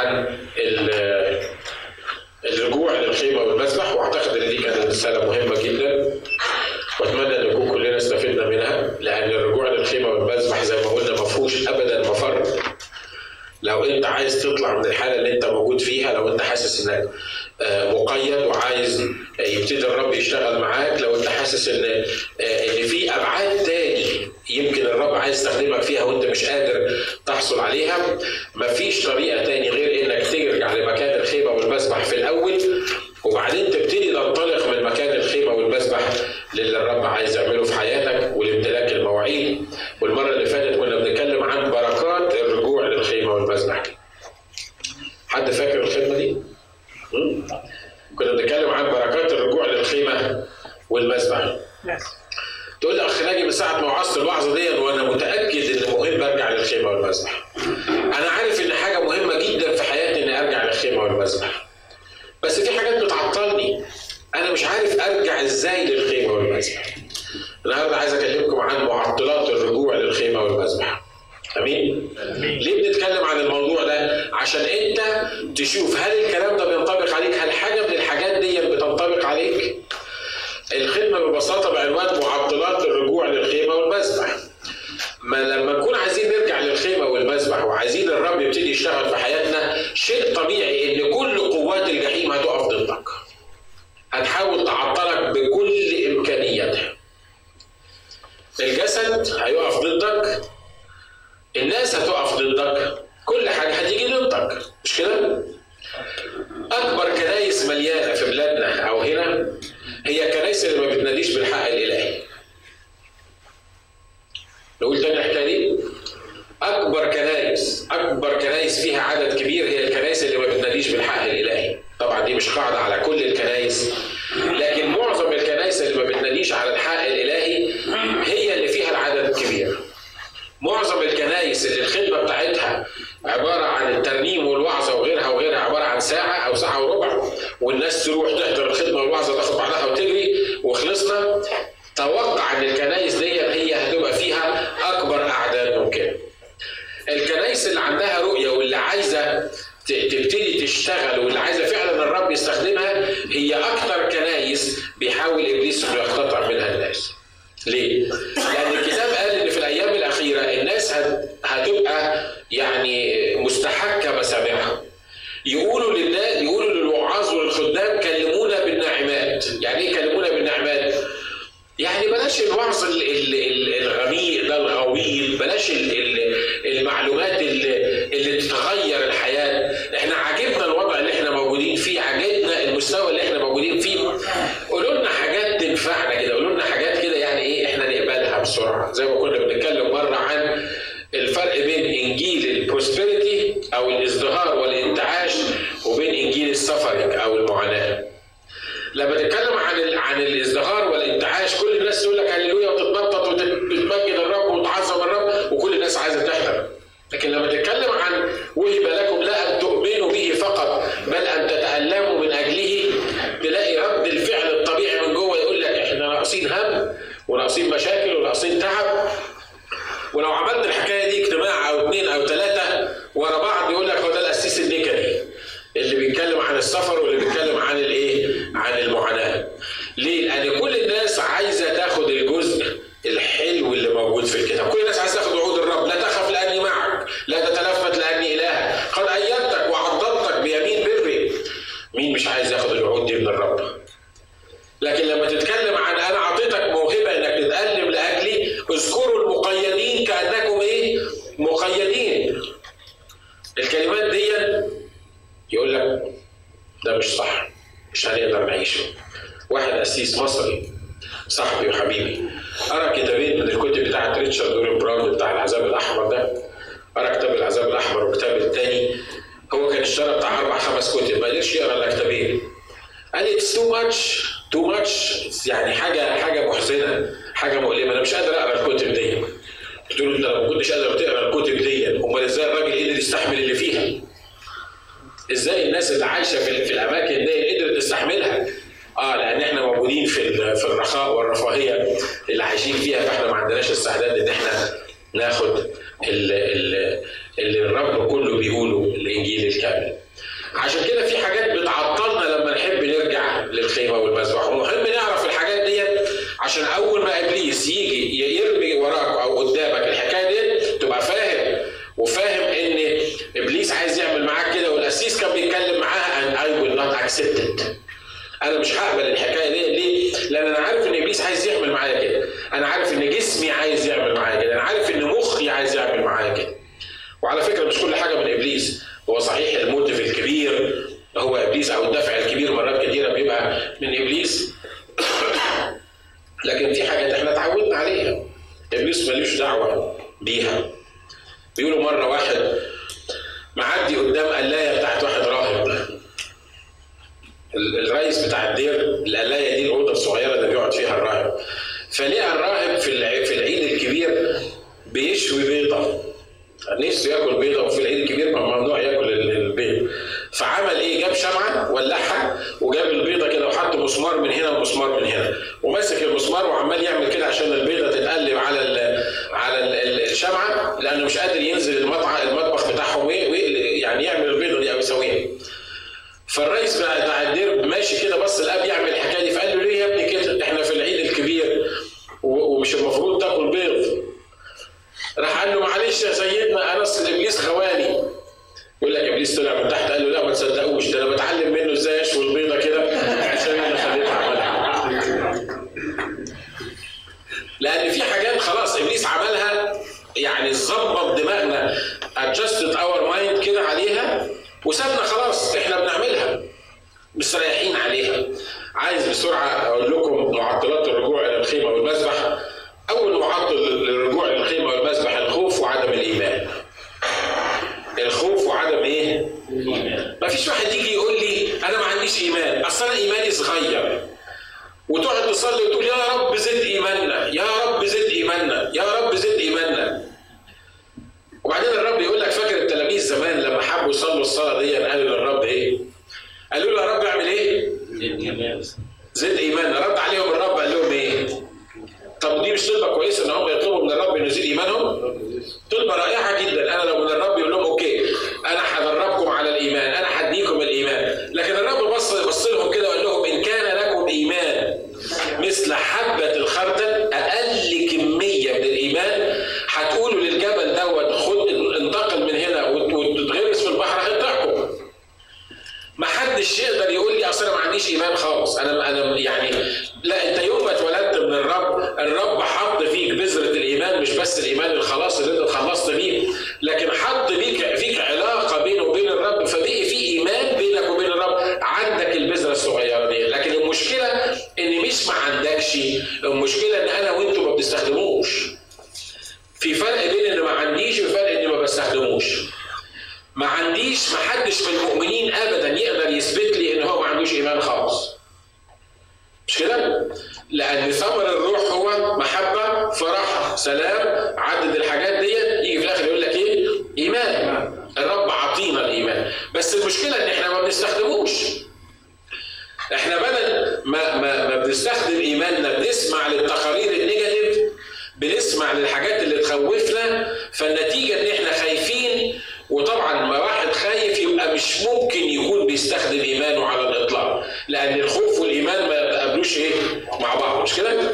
عن الرجوع للخيمة والمسبح، واعتقد ان دي كانت رسالة مهمة جدا، واتمنى ان نكون كلنا استفدنا منها، لان الرجوع للخيمة والمسبح زي ما قلنا ما فيهوش ابدا مفر. لو انت عايز تطلع من الحالة اللي انت موجود فيها، لو انت حاسس انك مقيد وعايز يبتدي الرب يشتغل معاك، لو انت حاسس ان في ابعاد تاني يمكن الرب عايز يستخدمك فيها وانت مش قادر تحصل عليها، مفيش طريقة تاني غير انك ترجع لمكان الخيمة والمسبح في الاول، وبعدين تبتدي تنطلق من مكان الخيمة والمسبح للي الرب عايز يعمله في حياتك ولامتلاك المواعيد. والمرة اللي فاتت كنا بنتكلم عن بركات الرجوع للخيمة والمسبح. حد فاكر الخدمة دي؟ كنا بنتكلم عن بركات الرجوع للخيمة والمسبح. تقول لي أخ ناجي من ساعة ما وعظت الوعظة دي وأنا متأكد إن مهم أرجع للخيمة والمسبح. أنا عارف إن حاجة مهمة جدا في حياتي إني أرجع للخيمة والمسبح. بس في حاجات بتعطلني. أنا مش عارف أرجع إزاي للخيمة والمسبح. النهارده عايز أكلمكم عن معطلات الرجوع للخيمة والمسبح. أمين؟ ليه بنتكلم عن الموضوع ده؟ عشان أنت تشوف هل الكلام ده بينطبق عليك؟ هل حاجة من الحاجات دي بتنطبق عليك؟ الخدمة ببساطة بعنوان معطلات الرجوع للخيمة والمسبح. ما لما نكون عايزين نرجع للخيمة والمسبح وعايزين الرب يبتدي يشتغل في حياتنا، شيء طبيعي إن كل قوات الجحيم هتقف ضدك. هتحاول تعطلك بكل إمكانياتها. الجسد هيقف ضدك، الناس هتقف ضدك، كل حاجة هتيجي ضدك، مش كده؟ أكبر كنايس مليانة في بلادنا أو هنا هي كنايس اللي ما بتناديش بالحق الإلهي. نقول تاني الحكاية دي؟ أكبر كنايس فيها عدد كبير هي الكنايس اللي ما بتناديش بالحق الإلهي. طبعا دي مش قاعدة على كل الكنايس، لكن معظم الكنايس اللي ما بتناديش على الحق الإلهي هي اللي فيها العدد الكبير. معظم الكنايس اللي الخدمة بتاعتها عبارة عن الترنيم والوعظة وغيرها عبارة عن ساعة أو ساعة وربع، والناس تروح تحضر الخدمة والوعظة تاخد بعضها وتجري وخلصنا. توقع ان الكنايس دي هي هتبقى فيها أكبر أعداد ممكن. الكنايس اللي عندها رؤية واللي عايزة تبتدي تشتغل واللي عايزة فعلا الرب يستخدمها هي أكتر كنايس بيحاول إبليس إنه يقتطع منها الناس. ليه؟ لأن الكتاب قال إن في الأيام الأخيرة الناس هتبقى يعني مستحكة مسامعها. يقولوا للوعاظ والخدام كلمونا بالناعمات. يعني إيه كلمونا بالنعمات؟ يعني بلاش الوعظ الغميق ده الغويط، بلاش المعلومات اللي تتغير الحياة. احنا عاجبنا الوضع اللي احنا موجودين فيه، عاجبنا المستوى اللي احنا موجودين فيه. قولوا لنا حاجات تنفعنا كده، قولوا لنا حاجات كده يعني ايه احنا نقبلها بسرعة. زي ما كنا بنتكلم مرة عن الفرق بين انجيل البروسبريتي او الازدهار والانتعاش وبين انجيل السفرنج او المعاناة. لما نتكلم عن الازدهار والانتعاش كل الناس تقول لك هللويا وتتنطط وتتمجد الرب وتعظم الرب وكل الناس عايزه تحضر. لكن لما تتكلم عن وهب لكم لا ان تؤمنوا به فقط بل ان تتألموا من اجله، تلاقي رد الفعل الطبيعي من جوه يقول لك احنا ناقصين هم وناقصين مشاكل وناقصين تعب. ولو عملنا الحكايه دي اجتماع او 2 أو 3 ورا بعض يقول لك هو ده القسيس النكدي اللي بيتكلم عن السفر واللي بيتكلم عن الايه؟ عن المعاناه. ليه؟ لان كل الناس عايزه تاخد الجزء الحلو اللي موجود في الكتاب. كل الناس عايزه تاخد وعود الرب، لا تخف لاني معك، لا تتلفت لاني الهك، قد ايدتك وعضدتك بيمين بري. مين مش عايز ياخد الوعود دي من الرب؟ لكن لما تتكلم عن انا اعطيتك موهبه انك تتألم لاجلي، اذكروا المقيدين كانكم ايه؟ مقيدين. الكلمات دي يقول لك ده مش صح، مش هنقدر نعيشه. واحد قسيس مصري صاحبي وحبيبي قرا كتابين من الكتب بتاعت ريتشارد دورين براون بتاع العذاب الاحمر ده. قرا كتاب العذاب الاحمر والكتاب الثاني. هو كان اشترى بتاع 4 5 كتب، ما قدرش يقرا الا كتابين. قال لي اتس تو ماتش يعني حاجه محزنه، حاجه مؤلمه، انا مش قادر اقرا الكتب دي. قلت له انت لو ما كنتش قادر تقرا الكتب دي امال ازاي الراجل قدر يستحمل اللي فيها؟ ازاي الناس اللي عايشه في الاماكن دي قدرت تستحملها؟ لان احنا موجودين في الرخاء والرفاهيه اللي عايشين فيها، فاحنا ما عندناش استعداد ان احنا ناخد اللي الرب كله بيقوله الانجيل الكامل. عشان كده في حاجات بتعطلنا لما نحب نرجع للخيمه والمذبح، ومهم نعرف الحاجات دي عشان اول ما ابليس يجي يرمي وراك او قدامك الحكايه دي تبقى فاهم، وفاهم ان ابليس عايز يعمل معاك كده. والقسيس كان بيتكلم معاها and I will not accept it. انا مش هقبل الحكايه دي. ليه؟ لان انا عارف ان ابليس عايز يعمل معايا كده، انا عارف ان جسمي عايز يعمل معايا كده، انا عارف ان مخي عايز يعمل معايا كده. وعلى فكره مش كل حاجه من ابليس. هو صحيح الموتيف الكبير هو ابليس، او الدافع الكبير مرات كتيره بيبقى من ابليس، لكن في حاجات احنا اتعودنا عليها ابليس ملوش دعوه بيها. بيقولوا مره واحد معدي قدام قلايه بتاعت واحد راهب، الرئيس بتاع الدير، القلايه دي الاوضه الصغيره اللي بيقعد فيها الراهب، فلقى الراهب في العيد الكبير بيشوي بيضه، نفسه ياكل بيضه، وفي العيد الكبير ممنوع ياكل البيض. فعمل ايه؟ جاب شمعه ولعها وجاب البيضه كده وحط مسمار من هنا ومسمار من هنا، ومسك المسمار وعمال يعمل كده عشان البيضه تتقلب على الشمعه، لانه مش قادر ينزل المطبخ بتاعهم يعني يعمل البيضه دي او يسويها. فالرئيس بتاع الدير ماشي كده بص الاب يعمل الحكايه دي، فقال له ليه يا ابني كده؟ احنا في العيد الكبير ومش المفروض تاكل بيض. راح قال له معلش يا سيدنا انا اصل ابليس خواني. يقول لك ابليس طلع من تحت قال له لا ما تصدقوش، ده انا بتعلم منه ازاي اشوي البيضه كده عشان انا خليتها اعملها. لان في حاجات خلاص ابليس عملها، يعني ظبط دماغنا adjusted our mind كده عليها وسابنا خلاص احنا بنعملها مستريحين عليها. عايز بسرعه اقول لكم معطلات الرجوع الى الخيمه والمذبح. اول معطل للرجوع الى الخيمه والمذبح الخوف وعدم الايمان. الخوف وعدم ايه؟ ما فيش واحد يجي يقول لي انا ما عنديش ايمان، اصل انا ايماني صغير، وتقعد تصلي وتقول يا رب زد ايماننا، يا رب زد ايماننا، يا رب زد ايماننا. وبعدين الرب يقول لك فاكر التلاميذ زمان لما حبوا يصلوا الصلاه دي قالوا للرب ايه؟ قالوا له يا رب اعمل ايه؟ زد ايماننا. رد عليهم الرب قال لهم ايه؟ طب دي مش طلبه كويسه ان هم يطلبوا من الرب انه يزيد ايمانهم؟ طلبه رائعه جدا. انا لو من الرب يقول لهم اوكي انا هدربكم على الايمان، انا هديكم الايمان، لكن الرب بص لهم كده وقال لهم ان كان لكم ايمان مثل حبه الخردل، اقل كميه من الايمان هتقولوا للجبل دوت خد انتقل من هنا وتتغرس في البحر هيطلعكم. ما حدش يقدر يقول لي اصل انا ما عنديش ايمان خالص، انا يعني لا، انت يوم ما اتولدت من الرب حط فيك بذره الايمان، مش بس الايمان الخلاص اللي انت اتخلصت بيه، لكن حط فيك علاقه بينه وبين الرب، فبقي في ايمان بينك وبين الرب، عندك البذره الصغيره دي. لكن المشكله ان مش ما عندكش، المشكله ان انا وانتوا ما بنستخدموش. في فرق بين ان ما عنديش وفرق ان ما بستخدموش. ما عنديش، ما حدش من المؤمنين ابدا يقدر يثبت لي ان هو ما عندوش ايمان خالص. مش كده؟ لان ثمر الروح هو محبه، فرح، سلام، عدد الحاجات دي، يجي في الاخر يقول لك ايه؟ ايمان. الرب عطينا الايمان، بس المشكله ان احنا ما بنستخدموش. احنا بدل ما بنستخدم ايماننا بنسمع للتقارير النيجاتيف، بنسمع للحاجات اللي تخوفنا، فالنتيجه ان احنا خايفين. وطبعا ما واحد خايف يبقى مش ممكن يكون بيستخدم ايمانه على الاطلاق، لان الخوف والايمان ما يتقابلوش ايه؟ مع بعض. مش كده؟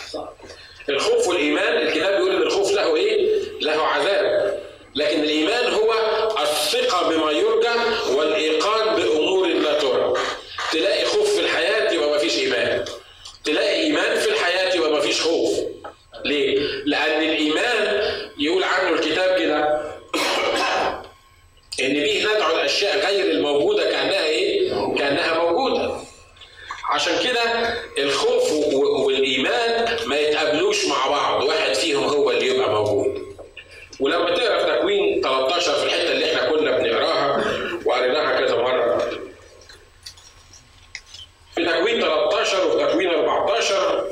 الخوف والايمان الكتاب بيقول ان الخوف له ايه؟ له عذاب، لكن الايمان هو الثقه بما يرجى والايقان بامور لا ترى. تلاقي خوف في الحياه يبقى ما فيش ايمان، تلاقي ايمان في الحياه يبقى ما فيش خوف. ليه؟ لان الايمان يقول عنه الكتاب كده ان به ندعو الاشياء غير الموجوده كانها ايه؟ كانها موجوده. عشان كده الخوف والايمان ما يتقابلوش مع بعض، واحد فيهم هو اللي يبقى موجود. ولما تقرا في تكوين 13 في الحته اللي احنا كنا بنقراها وقريناها كذا مره، في تكوين 13 وفي تكوين 14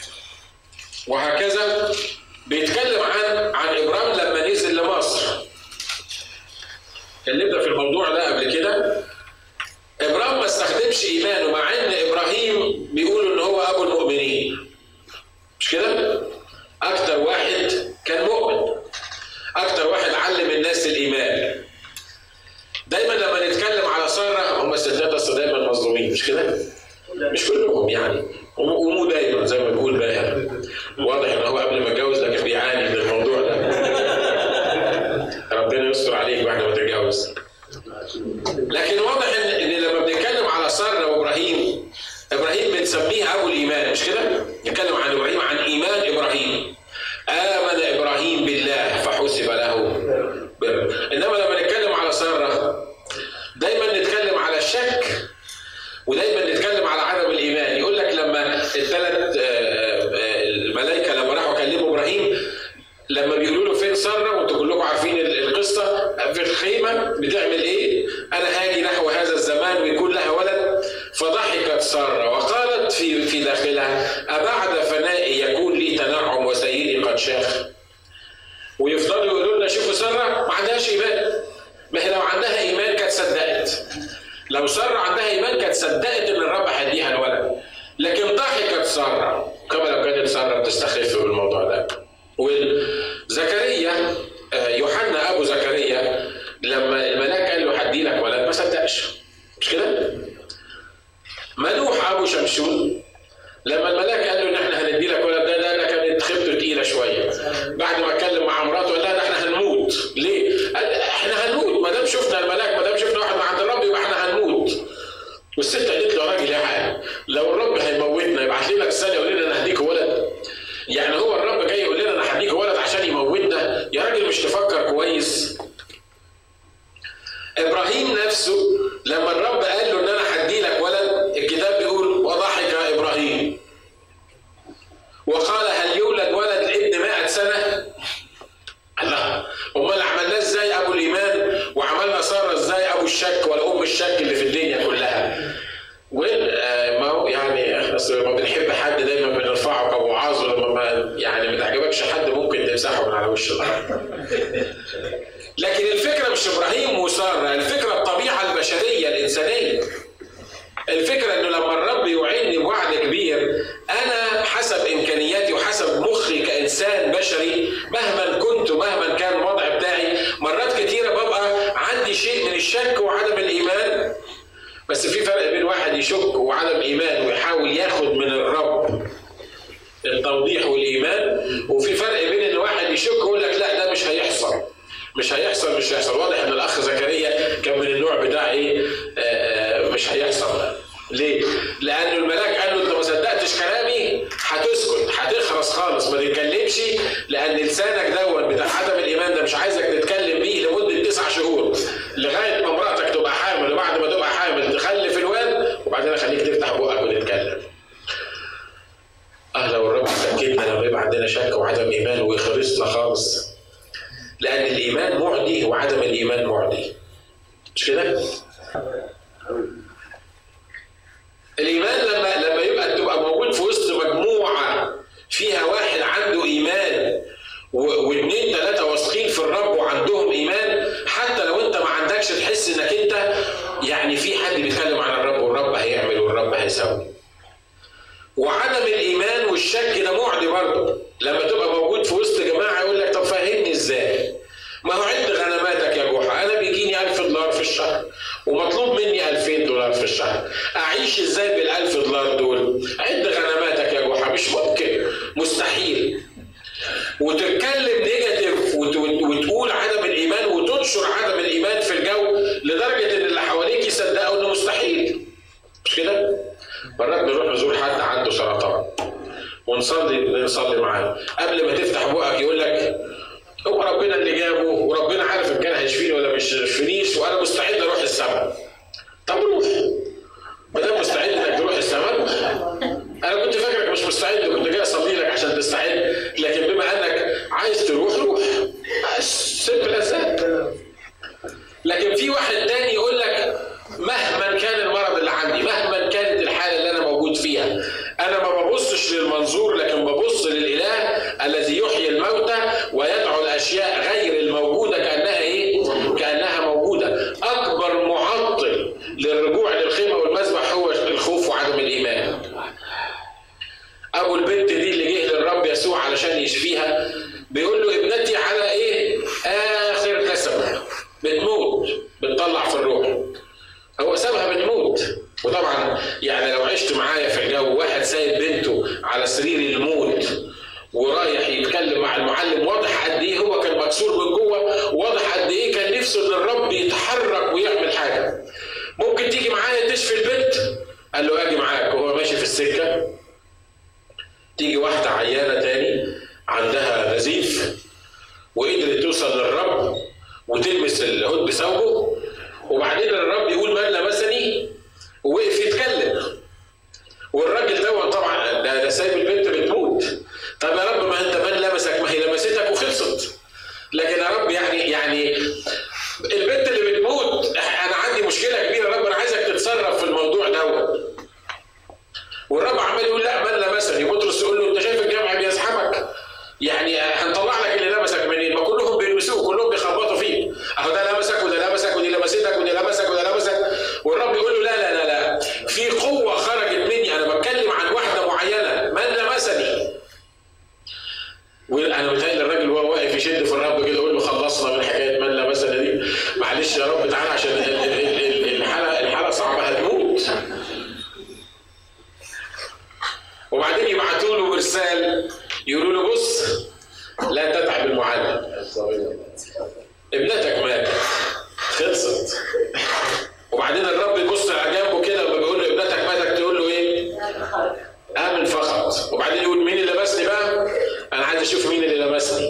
وهكذا، بيتكلم عن ابرام لما نزل لمصر. اتكلمنا في الموضوع ده قبل كده. ابرام ما استخدمش ايمانه، مع ان ابراهيم بيقولوا ان هو ابو المؤمنين. مش كده؟ اكتر واحد كان مؤمن. اكتر واحد علم الناس الايمان. دايما لما نتكلم على ساره، هم الستات اصلا دايما مظلومين، مش كده؟ مش كلهم يعني، ومو دايما زي ما بيقول باهر. واضح ان هو قبل ما اتجوز لكن بيعاني من الموضوع ده. ربنا يستر عليك بعد ما تتجوز. لكن واضح ان لما بنتكلم على ساره وابراهيم، ابراهيم بنسميه ابو الايمان، مش كده؟ نتكلم عن ابراهيم، عن ايمان ابراهيم. امن ابراهيم بالله فحسب له بر. انما لما نتكلم على ساره دايما نتكلم على الشك، ودايما نتكلم على عدم الايمان. يقول لك لما الثلاث الملائكه لما راحوا كلموا ابراهيم، لما بيقولوا له فين ساره، وانتم كلكم عارفين القصه، في الخيمه بتعمل ايه؟ انا هاجي نحو هذا الزمان ويكون لها ولد. فضحكت ساره وقالت في داخلها ابعد فنائي يكون لي تنعم وسيدي قد شاخ. ويفضلوا يقولوا لنا شوفوا ساره ما عندهاش ايمان. ما هي لو عندها ايمان كانت صدقت. لو ساره عندها ايمان كانت صدقت ان الرب هيديها الولد. لكن ضحكت ساره، كما لو كانت ساره بتستخف بالموضوع ده. وزكريا، يوحنا ابو زكريا، لما الملاك قال له هدي لك ولد ما صدقش، مش كده؟ منوح ابو شمشون لما الملاك قال له ان احنا هندي لك ولد، ده كانت خيبته تقيله شويه. بعد ما اتكلم مع مراته قال لها احنا هنموت. ليه؟ قال احنا هنموت، ما دام شفنا الملاك، ما دام شفنا واحد من عند الرب يبقى احنا هنموت. والست قالت له يا راجل يا حال، لو الرب هيموتنا يبعت لنا رساله يقول لنا انا هديك ولد؟ يعني هو الرب جاي يقول لنا انا هديك ولد عشان يموتنا؟ يا راجل مش تفكر كويس؟ ابراهيم نفسه لما الرب قال له ان انا هدي لك ولد، الكتاب بيقول وضحك ابراهيم وقال هل يولد ولد لابن 100 سنه؟ الله، امال عملناه ازاي ابو الايمان، وعملنا ساره ازاي ابو الشك ولا ام الشك اللي في الدنيا كلها؟ ما هو يعني احنا لما بنحب حد دايما بنرفعه كوعاظ، ولما ما تعجبكش حد ممكن تمسحه من على وش الارض. لكن الفكره مش ابراهيم وساره، الفكره الطبيعه البشريه الانسانيه. الفكره انه لما الرب يوعدني بوعد كبير، انا حسب امكانياتي وحسب مخي كانسان بشري مهما كنت ومهما كان الوضع بتاعي، مرات كتيره ببقى عندي شيء من الشك وعدم الايمان. بس في فرق بين واحد يشك وعدم ايمان ويحاول ياخد من الرب التوضيح والايمان، وفي فرق بين ان واحد يشك ويقول لك لا ده مش هيحصل مش هيحصل مش هيحصل. واضح ان الاخ زكريا كان من النوع بتاع ايه، مش هيحصل. ليه؟ لأنه الملاك قال له أنت ما صدقتش كلامي هتسكت، هتخرس خالص، ما تتكلمش، لأن لسانك بتاع عدم الإيمان ده مش عايزك تتكلم بيه لمدة 9 شهور لغاية ما مراتك تبقى حامل، وبعد ما تبقى حامل تخلف الواد، وبعدين أخليك تفتح بقك وتتكلم. لو الرب سكتنا لما يبقى عندنا شك وعدم إيمان ويخرسنا خالص، لأن الإيمان معدي وعدم الإيمان معدي، مش كده؟ الإيمان لما تبقى موجود في وسط مجموعة فيها واحد عنده إيمان واثنين 3 واثقين في الرب وعندهم إيمان، حتى لو أنت ما عندكش تحس إنك أنت يعني في حد بيتكلم عن الرب والرب هيعمل والرب هيسوي. وعدم الإيمان والشك ده معدي برضه، لما تبقى موجود في وسط جماعة يقول لك طب فهمني إزاي؟ ما هو عد غنماتك يا جحا، أنا بيجيني $1000 في الشهر ومطلوب مني $2000 في الشهر، أعيش إزاي $1000 دول؟ عد غنماتك يا جحا، مش ممكن، مستحيل. وتتكلم نيجاتيف وتقول عدم الإيمان وتنشر عدم الإيمان في الجو لدرجة إن اللي حواليك يصدقوا إنه مستحيل، مش كده؟ مرات بنروح نزور حد عنده سرطان ونصلي معاه، قبل ما تفتح بقك يقول لك هو ربنا اللي جابه وربنا عارف ان كان هيشفيني ولا مش هيشفينيش وانا مستعد اروح السماء. طب روح، ما دام مستعد انك تروح السماء. انا كنت فاكرك مش مستعد، كنت جاي اصلي لك عشان تستعد، لكن بما انك عايز تروح روح، سيمبل از ذات. لكن في واحد تاني يقول لك مهما كان المرض اللي عندي، مهما كانت الحاله اللي انا موجود فيها، انا ما ببصش للمنظور لكن ببص للاله الذي يحيي الموتى ويدعو الاشياء غير الموجوده كانها ايه؟ كانها موجوده. اكبر معطل للرجوع للخيمه والمذبح هو الخوف وعدم الايمان. ابو البنت دي اللي جه للرب يسوع علشان يشفيها بيقول له ابنتي على ايه؟ الرب يتحرك ويعمل حاجة. ممكن تيجي معايا تشفي البنت؟ قال له اجي معاك. وهو ماشي في السكة تيجي واحدة عيانة تاني عندها نزيف وقدرت توصل للرب وتلمس الهود بثوبه، وبعدين الرب يقول من لمسني ووقف يتكلم. والراجل ده طبعا ده سايب البنت بتموت. طب يا رب ما انت من لمسك؟ ما هي لمستك وخلصت. لكن يا رب يعني البنت اللي بتموت انا عندي مشكله كبيره يا رب، انا عايزك تتصرف في الموضوع دوت. والرب عمال يقول لا من لمسني. بطرس يقول له انت شايف الجمع بيزحمك؟ يعني هنطلع لك اللي لمسك منين؟ ما كلهم بيلمسوه، كلهم بيخبطوا فيه. اهو ده لمسك وده لمسك ودي لمستك ودي لمسك وده لمسك. والرب يقول له لا لا لا لا، في قوه خرجت مني، انا بتكلم عن واحده معينه. من لمسني؟ وانا متهيألي الراجل وهو واقف يشد في الرب كده يقول له خلصنا من حكايه من لمسني دي، معلش يا رب تعالى عشان الحاله صعبه هتموت. وبعدين يبعتوا له مرسال يقولوا له بص لا تتعب المعلم، ابنتك ماتت خلصت. وبعدين الرب يبص على جنبه كده لما بيقول له ابنتك ماتت تقول له ايه؟ آمن فقط. وبعدين يقول مين اللي لمسني بقى؟ انا عايز اشوف مين اللي لمسني.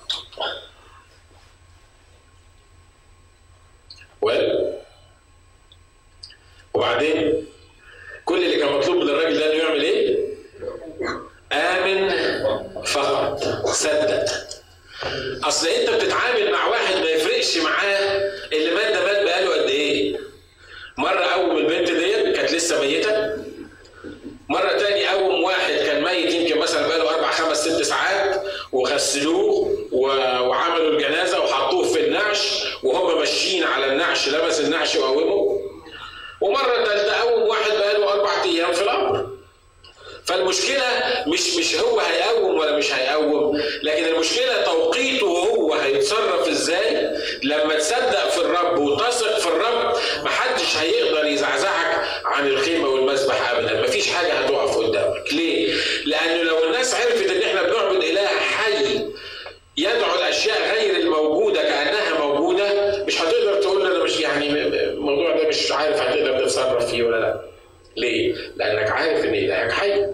وبعدين كل اللي كان مطلوب من الراجل ده انه يعمل ايه؟ آمن فقط، صدق. اصل انت بتتعامل مع واحد ما يفرقش معاه اللي مات ده مات بقاله قد ايه. مره قوم البنت ديت كانت لسه ميته، مره تاني قوم واحد كان ميت يمكن مثلا بقاله 4 5 6 ساعات وغسلوه وعملوا الجنازه وحطوه في النعش وهم ماشيين على النعش لمس النعش وقومه. ومره ثالثه قوم واحد بقاله 4 ايام في القبر. فالمشكلة مش هو هيقوم ولا مش هيقوم، لكن المشكلة توقيته هو هيتصرف ازاي. لما تصدق في الرب وتثق في الرب محدش هيقدر يزعزعك عن الخيمة والمسبح ابدا. مفيش حاجة هتقف قدامك. ليه؟ لانه لو الناس عرفت ان احنا بنعبد اله حي يدعو الاشياء غير الموجودة كأنها موجودة، مش هتقدر تقول انا مش الموضوع ده مش عارف هتقدر تتصرف فيه ولا لا. ليه؟ لأنك عارف إن إلهك حي.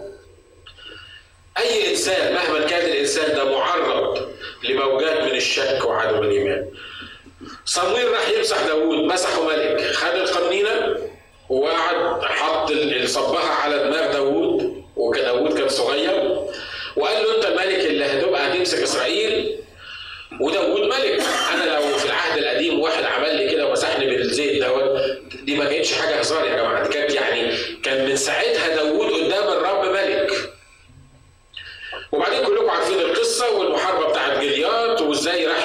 أي إنسان مهما كان الإنسان ده معرض لموجات من الشك وعدم الإيمان. صمويل راح يمسح داوود، مسحه ملك، خد القنينة وقعد حط صبها على دماغ داوود، وداوود كان صغير، وقال له أنت الملك اللي هتمسك إسرائيل. وداوود ملك. أنا لو في العهد القديم واحد عمل لي كده ومسحني بالزيت دوت، دي ما كانتش حاجة هزار يا جماعة، دي كانت كان من ساعتها داوود قدام الرب ملك. وبعدين كلكم عارفين القصة والمحاربة بتاعت جليات وازاي راح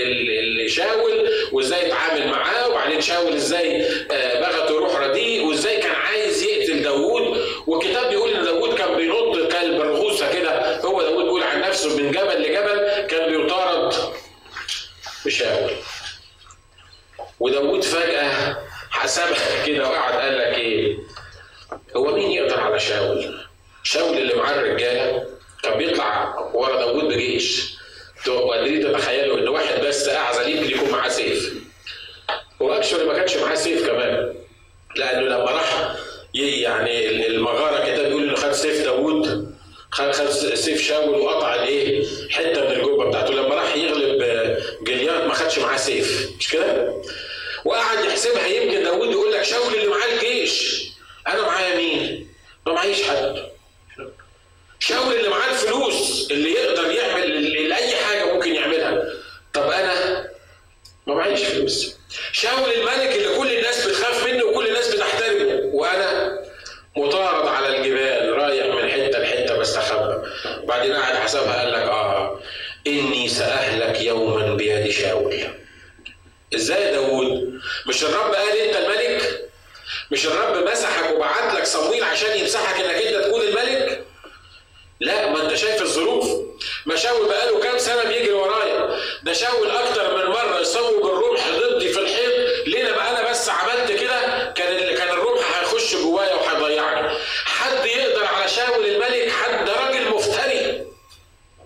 شاول وازاي اتعامل معاه، وبعدين شاول ازاي بغته روح رديء وازاي كان عايز يقتل داوود. والكتاب بيقول ان داوود كان بينط كلب رغوصة كده، هو داوود بيقول عن نفسه من جبل لجبل كان بيطارد بشاول. وداوود فجأة حسبها كده وقعد قال لك ايه؟ هو مين يقدر على شاول؟ شاول اللي معاه الرجاله كان بيطلع ورا داوود بجيش. وقادرين تتخيلوا ان واحد بس اعزل يمكن يكون معاه سيف. واكشولي ما كانش معاه سيف كمان، لانه لما راح المغاره كده بيقول انه خد سيف داوود، خد سيف شاول وقطع الايه؟ حته من الجبه بتاعته. لما راح يغلب جليات ما خدش معاه سيف، مش كده؟ وقعد يحسبها. يمكن داوود يقول لك شاول اللي معاه الجيش، انا معايا مين؟ ما معيش حد. شاول اللي معاه الفلوس اللي يقدر يعمل اي حاجه ممكن يعملها، طب انا ما معيش فلوس. شاول الملك اللي كل الناس بتخاف منه وكل الناس بتحترمه، وانا مطارد على الجبال رايح من حته لحته بستخبى. بعدين قعد حسبها قال لك اني ساهلك يوما بيد شاول. ازاي يا داوود؟ مش الرب قال انت الملك؟ مش الرب مسحك وبعت لك صمويل عشان يمسحك انك انت تكون الملك؟ لا، ما انت شايف الظروف. ما شاول بقاله كام سنه بيجري ورايا، ده شاول اكتر من مره يصوب الرمح ضدي في الحيط. ليه بقى انا بس عملت كده كان الرمح هيخش جوايا وهيضيعني. حد يقدر على شاول الملك؟ حد؟ راجل مفتري.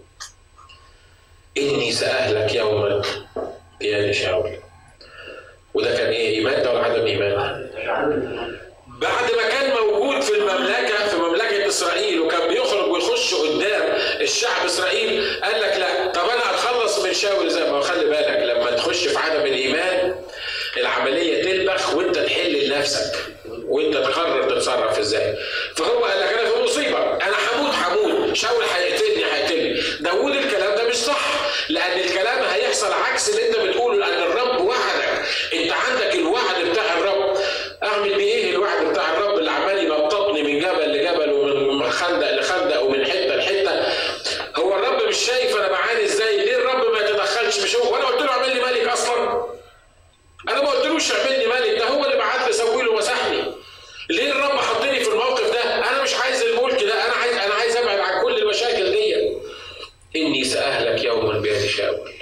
اني ساهلك يوما بيد شاول. وده كان ايه؟ ايمان ده ولا عدم ايمان؟ بعد ما كان موجود في المملكه، في مملكه اسرائيل، وكان بيخرج ويخش قدام الشعب اسرائيل، قال لك لا، طب انا اتخلص من شاول زي ما هو. خلي بالك لما تخش في عدم الايمان العمليه تلبخ وانت تحل لنفسك وانت تقرر تتصرف ازاي. فهو قال لك انا في مصيبه، انا هموت، شاول هيقتلني. داوود الكلام ده مش صح، لان الكلام هيحصل عكس اللي انت بتقوله، لان الرب وعدك. انت عندك الوعد بتاع الرب. اعمل بايه الوعد بتاع الرب اللي عمال ينططني من جبل لجبل ومن خندق لخندق ومن حته لحته؟ هو الرب مش شايف انا بعاني ازاي؟ ليه الرب ما يتدخلش؟ مش هو وانا قلت له اعمل لي ملك اصلا؟ انا ما قلتلوش اعمل لي ملك، ده هو اللي بعت لي سوي له مسحني. ليه الرب حطني في الموقف ده؟ انا مش عايز الملك ده، انا عايز ابعد عن كل المشاكل دي. اني ساهلك يوما بيد شاول.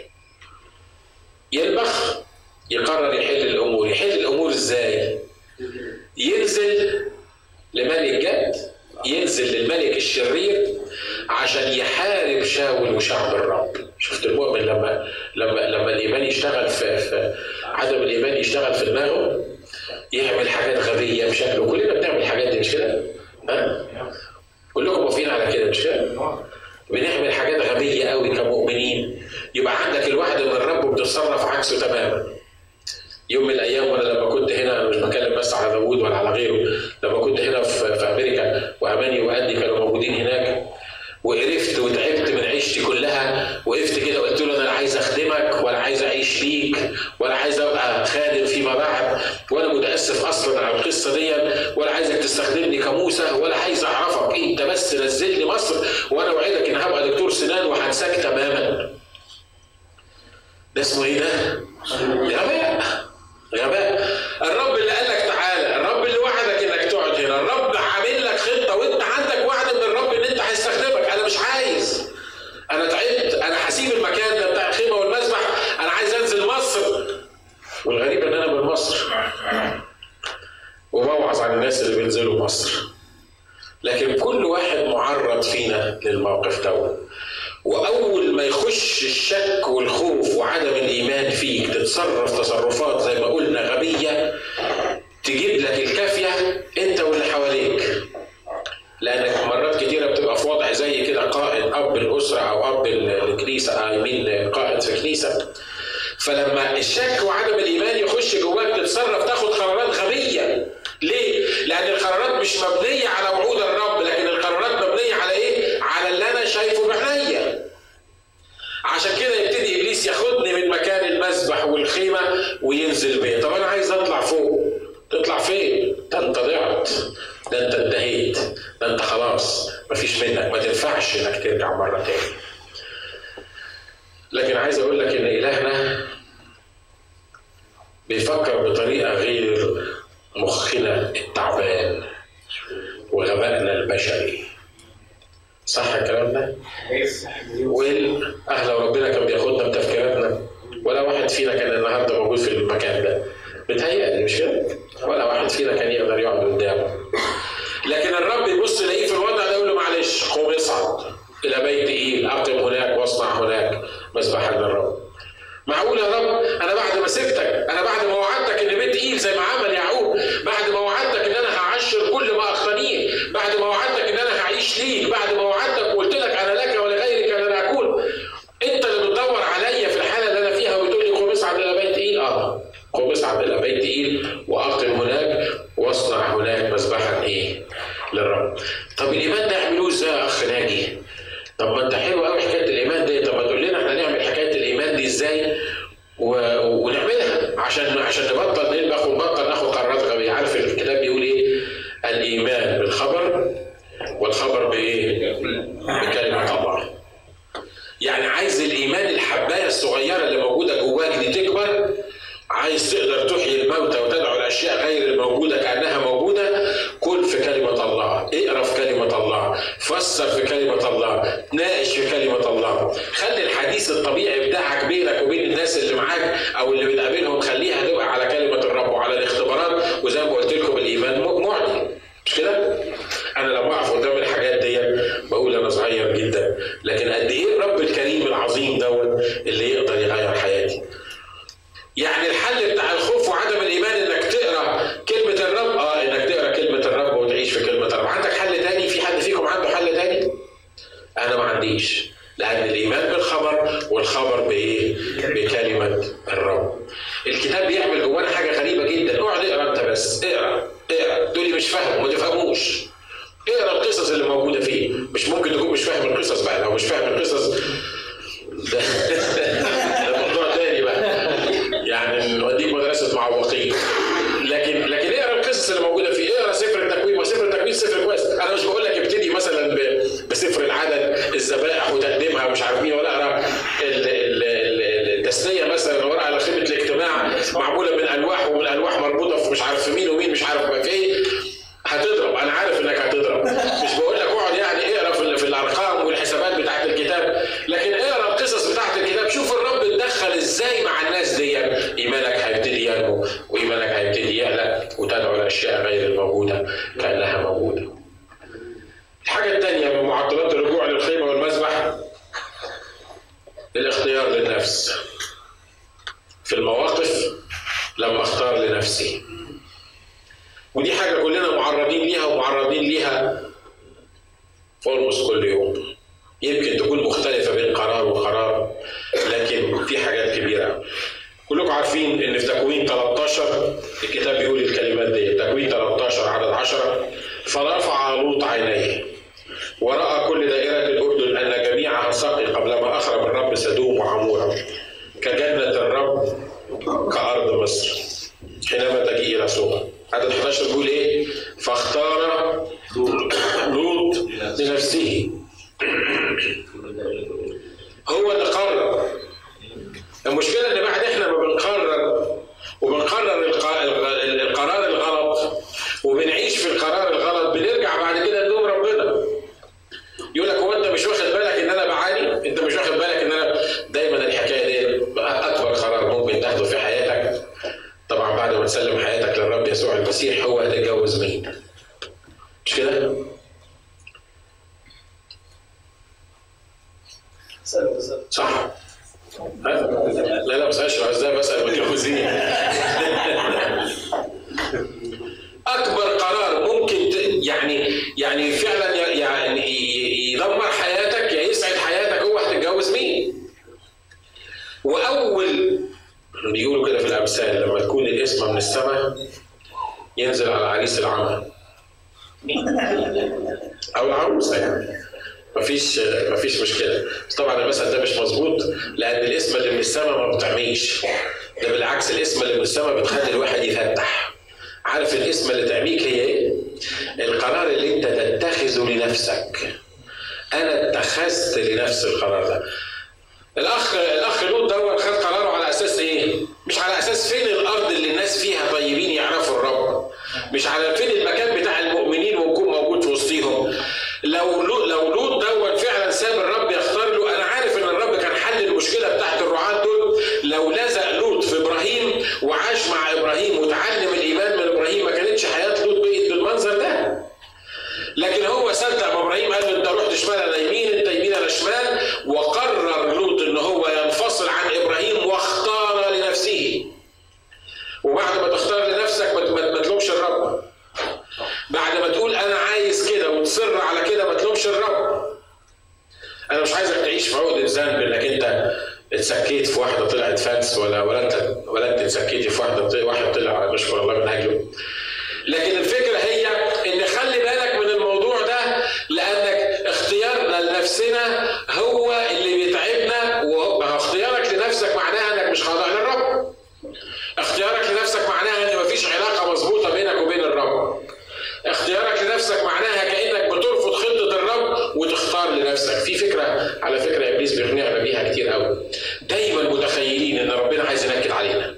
يلبخ، يقرر يحل الامور. يحل الامور ازاي؟ ينزل لملك جد، ينزل للملك الشرير عشان يحارب شاول وشعب الرب. شفت المؤمن لما الايمان يشتغل في عدم الايمان يشتغل في دماغه، يعمل حاجات غبيه بشكله. كلنا بنعمل الحاجات دي مش كده؟ ها؟ كلكم موافقين على كده مش كده؟ بنعمل حاجات غبيه قوي كمؤمنين، يبقى عندك الوعد من الرب وبتتصرف عكسه تماما. يوم من الايام وانا لما كنت هنا، انا مش بتكلم بس على داوود ولا على غيره، لما كنت هنا في امريكا واماني وادي كانوا موجودين هناك، وقرفت وتعبت من عيشتي كلها، وقفت كده وقلت له انا لا عايز اخدمك ولا عايز اعيش ليك ولا عايز ابقى خادم فيما بعد، وانا متاسف اصلا على القصه دي، ولا عايزك تستخدمني كموسى، ولا عايز اعرفك. انت بس نزلني مصر وانا اوعدك ان هبقى دكتور سنان وهنساك تماما. ده اسمه ايه ده؟ غباء. الرب اللي قال لك تعالى، الرب اللي وعدك انك تقعد هنا، الرب عامل لك خطه وانت عندك وعد من الرب ان انت هيستخدمك. انا مش عايز، انا تعبت، انا هسيب المكان ده بتاع الخيمه والمسبح، انا عايز انزل مصر. والغريب ان انا من مصر وبوعظ عن الناس اللي بينزلوا مصر، لكن كل واحد معرض فينا للموقف ده. واول ما يخش الشك والخوف وعدم الايمان فيك تتصرف تصرفات زي ما قلنا غبيه تجيب لك الكافيه انت واللي حواليك. لانك مرات كتيره بتبقى في وضع زي كده قائد، اب الاسره او اب الكنيسه، قائد في كنيسه، فلما الشك وعدم الايمان يخش جواك تتصرف تاخد قرارات غبيه. ليه؟ لان القرارات مش مبنيه على وعود الرب، لكن القرارات مبنيه على ايه؟ على اللي انا شايفه بعينيا. عشان كده يبتدي ابليس ياخدني من مكان المسبح والخيمه وينزل بيا. طب انا عايز اطلع فوق. تطلع فين؟ ده انت ضعت، ده انت انتهيت، ده انت خلاص مفيش منك، ما تنفعش انك ترجع مره تاني. لكن عايز اقول لك ان الهنا بيفكر بطريقه غير مخنا التعبان وغبائنا البشري. صح الكلام ده؟ لو ربنا كان بياخدنا بتفكيراتنا ولا واحد فينا كان النهارده موجود في المكان ده. بتهيألي مش كده؟ ولا واحد فينا كان يقدر يقعد قدامه. لكن الرب يبص يلاقيه في الوضع ده يقول له معلش قوم اصعد الى بيت ايل، اقم هناك واصنع هناك مسبحا للرب. معقول يا رب انا بعد ما سبتك، انا بعد ما وعدتك ان بيت ايل زي ما عمل يعقوب، بعد ما وعدتك ان انا هعشر كل ما اقتنيه، بعد ما وعدتك ان انا هعيش ليك، بعد ما وعدتك وقلت لك انا لك ولغيرك انا اكون، انت اللي بتدور عليا في الحاله اللي انا فيها وبتقول لي قوم اصعد الى بيت ايل. قوم اصعد الى بيت ايل واقم هناك واصنع هناك مسبحا ايه؟ للرب. طب الايمان ده يعملوه ازاي يا اخ ناجي؟ طب ما انت حلو قوي حكايه الايمان دي، طب ما تقول لنا احنا نعمل حكايه الايمان دي ازاي ونعملها عشان نبطل نلبخ ونبطل ناخد قرارات غبيه. عارف الكتاب بيقول ايه؟ الايمان بالخبر والخبر بايه؟ بكلمه الله. يعني عايز الايمان الحبايه الصغيره اللي موجوده جواك دي تكبر. عايز تقدر تحيي الموتى وتدعو الاشياء غير الموجوده كانها موجوده. كل في كلمه الله، اقرا في كلمه الله، فسر في كلمه الله، ناقش في كلمه الله. خلي الحديث الطبيعي بتاعك بينك وبين الناس اللي معاك او اللي بتقابلهم خليها تبقى على كلمه الرب وعلى الاختبارات. وزي ما قلت لكم الايمان معدي مش كده؟ انا لما اقف قدام الحاجات دي بقول انا صغير جدا، لكن قد ايه الرب الكريم العظيم دوت اللي يقدر يغير حياتي. يعني الحل بتاع الخوف وعدم القصص اللي موجوده فيه. مش ممكن تكون مش فاهم القصص بقى، لو مش فاهم القصص ده موضوع تاني بقى، يعني نوديك مدرسه معوقين. لكن اقرا القصص اللي موجوده فيه، اقرا سفر التكوين، وسفر التكوين سفر كويس. انا مش بقول لك ابتدي مثلا بسفر العدد الذبائح وتقديمها ومش عارف مين، ولا اقرا التثنيه مثلا، ولا على خيمه الاجتماع معموله من الواح ومن الواح مربوطه في مش عارف في مين ومين مش عارف ما في ايه. هتضرب، انا عارف انك هتضرب. مش بقول لك اقعد يعني اقرا في الارقام والحسابات بتاعت الكتاب، لكن اقرا القصص بتاعت الكتاب، شوف الرب اتدخل ازاي مع الناس دي. ايمانك هيبتدي ينمو، وايمانك هيبتدي يعلى، وتدعو الاشياء غير الموجوده كانها موجوده. الحاجه الثانيه من معطلات الرجوع للخيمه والمذبح الاختيار للنفس. في المواقف لما اختار لنفسي، ودي حاجه كلنا معرضين ليها، ومعرضين ليها فولموس كل يوم. يمكن تكون مختلفه بين قرار وقرار، لكن في حاجات كبيره. كلكم عارفين ان في تكوين 13 الكتاب بيقول الكلمات دي، تكوين 13 عدد 10: فرفع لوط عينيه ورأى كل دائرة الأردن أن جميعها سقي قبلما أخرب الرب سدوم وعمورة، كجنة الرب كأرض مصر حينما تجيء إلى سوء. عدد 11 بيقول إيه؟ فاختار لوط لنفسه. هو اللي قرر. المشكلة إن بعد إحنا ما بنقرر القرار الغلط وبنعيش في القرار الغلط، بنرجع بعد كده نلوم ربنا. يقول لك هو انت مش واخد بالك ان انا بعاني؟ انت مش واخد بالك ان انا دايما الحكايه دي اكبر قرار ممكن تاخده في حياتك طبعا بعد ما تسلم حياتك للرب يسوع المسيح هو هتتجوز مين؟ مش كده؟ صح؟ لا ما بسالش ازاي، بسال متجوزين. اكبر قرار ممكن يعني فعلا يعني يدمر حياتك يا يسعد حياتك هو هتتجوز مين. واول بيقولوا كده في الامثال لما تكون الاسم من السماء ينزل على عريس العمى او العروسه، يعني مفيش مشكله. بس طبعا المثل ده مش مظبوط، لان الاسم اللي من السماء ما بتعميش، ده بالعكس الاسم اللي من السماء بتخلي الواحد يفتح. عارف الاسم اللي تعميك هي ايه؟ القرار اللي انت تتخذه لنفسك. انا اتخذت لنفس القرار ده. الاخ لوط ده خد قراره على اساس ايه؟ مش على اساس فين الارض اللي الناس فيها طيبين يعرفوا الرب، مش على فين المكان بتاع المؤمنين ويكون موجود في وسطيهم. لو لوط ده فعلا ساب الرب يختار له، انا عارف ان الرب كان حل المشكله بتاعت الرعاة دول. لو لزق لوط في ابراهيم وعاش مع ابراهيم وتعلم الايمان من ابراهيم، ما كانتش حياه لوط بقت بالمنظر ده. لكن هو صدق ما ابراهيم قال له انت رحت شمال انا يمين، انت يمين انا شمال، وقرر لوط ان هو ينفصل عن ابراهيم واختار لنفسه. وبعد ما تختار لنفسك ما تلومش الرب. بعد ما تقول انا عايز كده وتصر على كده ما تلومش الرب. انا مش عايزك تعيش في عقدة ذنب انك انت اتسكيت في واحده طلعت فانس، ولا انت اتسكيتي في واحد طلع نشكر الله من اجله. لكن الفكره هي ان خلي بالك من الموضوع ده، لانك اختيارنا لنفسنا هو اللي بيتعبنا. واختيارك لنفسك معناها انك مش خاضع للرب. اختيارك لنفسك معناها ان مفيش علاقه مظبوطه بينك وبين الرب. اختيارك لنفسك معناها كانك بترفض خطه الرب وتختار لنفسك. في فكره على فكره ابليس بيقنعنا بيها كتير قوي. دايما متخيلين ان ربنا عايز ينكد علينا.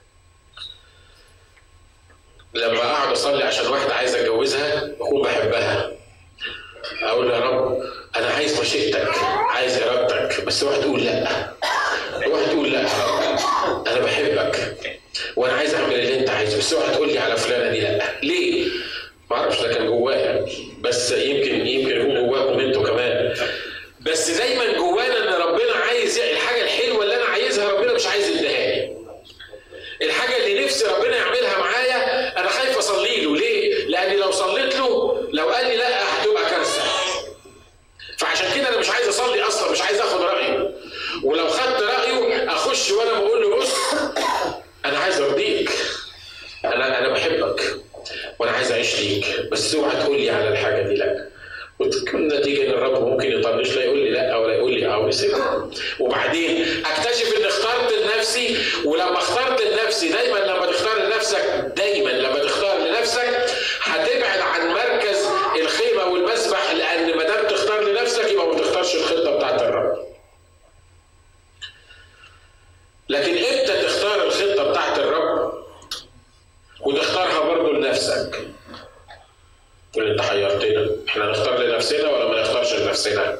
لما اقعد اصلي عشان واحده عايز اتجوزها بكون بحبها، اقول يا رب انا عايز مشيئتك، عايز ارادتك، بس واحد تقول لا، واحد تقول لا يا رب انا بحبك وانا عايز اعمل اللي انت عايزه، بس واحد تقول لي على فلانه دي لا. ليه؟ ما اعرفش، ده كان جوايا، بس يمكن يكون جواكم انتوا كمان. بس دايما جوانا ان ربنا عايز الحاجه الحلوه اللي انا عايزها ربنا مش عايز يديهاني. الحاجه اللي نفسي ربنا يعملها معايا انا خايف اصلي له. ليه؟ لاني لو صليت له لو قال لي لا هتبقى كارثه. فعشان كده انا مش عايز اصلي اصلا، مش عايز اخد رايه. ولو خدت رايه اخش وانا بقول له بص انا عايز ارضيك، انا بحبك وانا عايز اعيش ليك، بس اوعى تقول لي على الحاجه دي لا. وتكون النتيجه ان الرب ممكن يطنش، لا يقول لي لا ولا يقول لي او يسيبني. وبعدين اكتشف ان اخترت لنفسي، ولما اخترت لنفسي دايما لما تختار لنفسك، دايما لما تختار لنفسك هتبعد عن مركز الخيمه والمسبح، لان ما دام تختار لنفسك يبقى ما تختارش الخطه بتاعت الرب. لكن امتى تختار الخطه بتاعت الرب وتختارها برضه لنفسك؟ تقول انت حيرتنا، احنا نختار لنفسنا ولا ما نختارش لنفسنا؟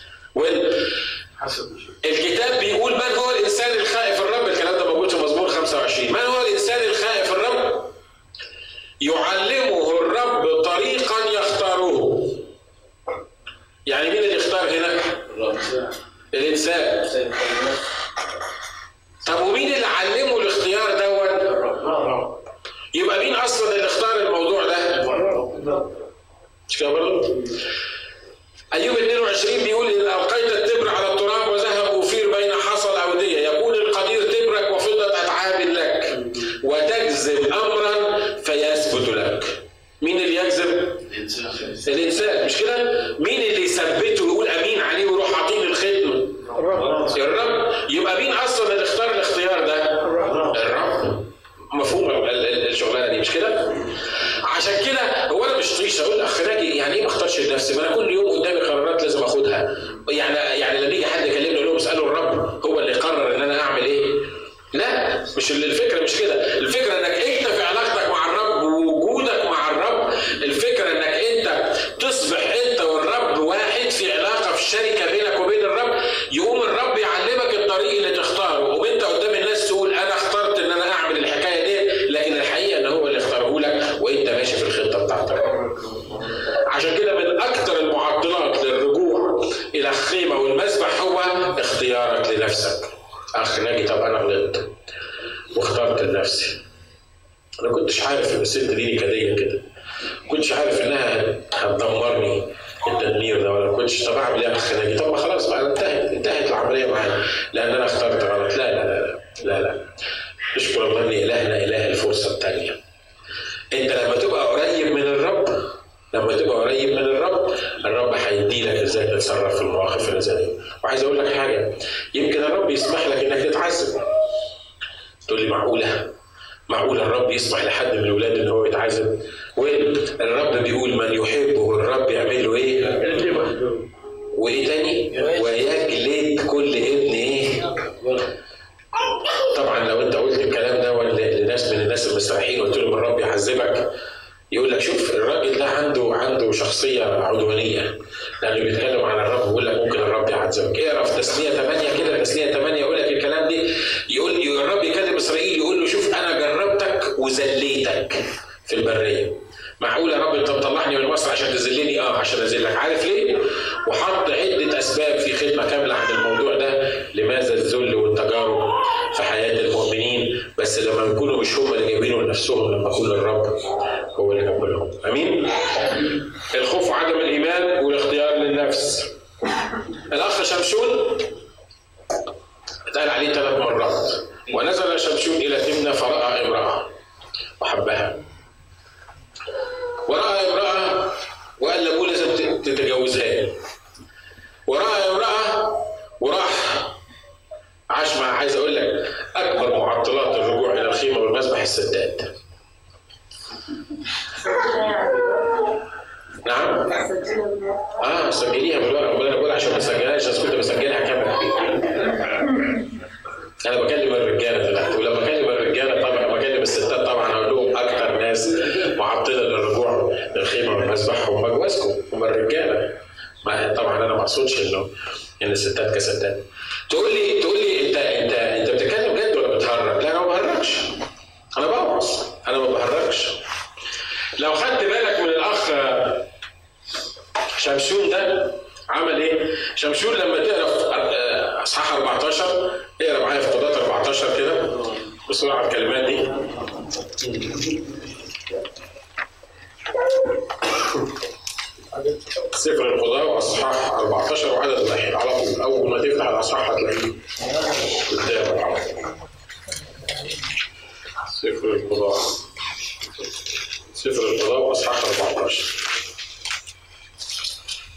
الكتاب بيقول من هو الانسان الخائف الرب، الكلام ده موجود في مزمور 25. من هو الانسان الخائف الرب؟ يعلمه الرب طريقا يختاره. يعني مين اللي يختار هنا؟ الانسان. طب ومين اللي علمه الاختيار دوت؟ يبقى مين اصلا اللي اختار الموضوع ده؟ مش كده برضه؟ ايوب 22 بيقول ان القيت التبر على التراب وذهب اوفير بين حصى الاوديه، يكون القدير تبرك وفضه اتعاب لك، وتجذب امرا فيثبت لك. مين اللي يجذب؟ الانسان. مش كده؟ مين اللي يثبته ويقول امين عليه ويروح عاطين الختم؟ الرب. يبقى مين اصلا اللي اختار الاختيار ده؟ الرب. مفهوم الشغلانه دي مش كده؟ عشان كده هو انا مش طيش اقول اخ ناجي يعني ايه ما اختارش لنفسي؟ ما انا كل يوم قدامي قرارات لازم اخدها. يعني لما يجي حد يكلمني اقول لهم اسالوا الرب هو اللي قرر ان انا اعمل ايه؟ لا، مش الفكره مش كده. الفكره انك انت في علاقتك مع الرب ووجودك مع الرب، الفكره انك انت تصبح انت والرب واحد في علاقه، في شركه بينك وبين الرب. يقوم الرب يعلمك الطريق اللي تختاره، وانت قدام الناس تقول انا اخترت ان انا اعمل الحكايه دي، لكن الحقيقه ان هو اللي اختاره لك وانت ماشي في الخطه بتاعتك. عشان كده من اكثر المعطلات للرجوع الى الخيمه والمسبح هو اختيارك لنفسك. اخ ناجي طب انا غلطت واخترت لنفسي، انا كنتش عارف ان الست دي نكديه كده، كنتش عارف انها هتدمرني التدمير ده، ولا كنتش. طب اعمل ايه يا اخ ناجي؟ طب ما خلاص بقى انتهت العمليه معايا لان انا اخترت غلط. لا لا لا لا لا، اشكر الله ان الهنا اله الفرصه الثانيه. انت لما تبقى قريب من الرب، الرب هيدي لك ازاي تتصرف في المواقف اللي زي دي. وعايز اقول لك حاجه، يمكن الرب يسمح لك انك تتعذب. تقول لي معقول الرب يسمح لحد من الاولاد ان هو يتعذب؟ والرب بيقول من يحبه الرب يعمل له ايه؟ وايه تاني؟ ويجلد كل ابن ايه؟ طبعا لو انت قلت الكلام ده لناس من الناس المستريحين وقلت لهم الرب يعذبك، يقول لك شوف الراجل ده عنده شخصيه عدوانيه، لانه بيتكلم عن الرب ويقول لك ممكن الرب يعذبك. اقرا في تثنيه 8 كده، تثنيه 8 يقول لك الكلام دي. يقول الرب يكلم اسرائيل يقول له شوف انا جربتك وذليتك في البريه. معقول يا رب انت مطلعني من مصر عشان تذلني؟ عشان اذلك. عارف ليه؟ وحط عده اسباب في خدمه كامله عن الموضوع ده، لماذا الذل والتجارب في حياه المؤمنين، بس لما يكونوا مش هم اللي جايبينه لنفسهم، لما يكون الرب هو اللي جاب لهم. امين. الخوف وعدم الايمان والاختيار للنفس. الاخ شمشون اتقال عليه 3 مرات. ونزل شمشون الى تمنى فراى امراه وحبها. ورأى امرأة وقال لابوه لازم تتجوزها. ورأى امرأة وراح عاش مع. عايز اقول لك اكبر معطلات الرجوع الى الخيمه والمسبح السداد. نعم؟ سجليها بالورقه. انا بقول عشان ما اسجلهاش، بس كنت بسجلها كامله. انا بكلم الرجاله دلوقتي، ولما بكلم الرجاله طبعا بكلم الستات طبعا هقول لهم اكثر ناس معطله للرجوع للخيمه والمسبح هم جوازكم، هم الرجاله. طبعا انا ما اقصدش ان الستات كستات. تقول لي انت بتتكلم جد ولا بتهرج؟ لا انا ما بهرجش، انا بوعظ، انا ما بهرجش. لو خدت بالك من الاخ شمشون ده عمل ايه؟ شمشون لما تقرا في اصحاح 14، اقرا معايا في قضاة 14 كده بسرعه على الكلمات دي. سفر القضاء واصحاح 14 وعدد 1 على طول. اول ما تفتح الاصحاح هتلاقيه قدامك على طول. سفر القضاء واصحاح 14.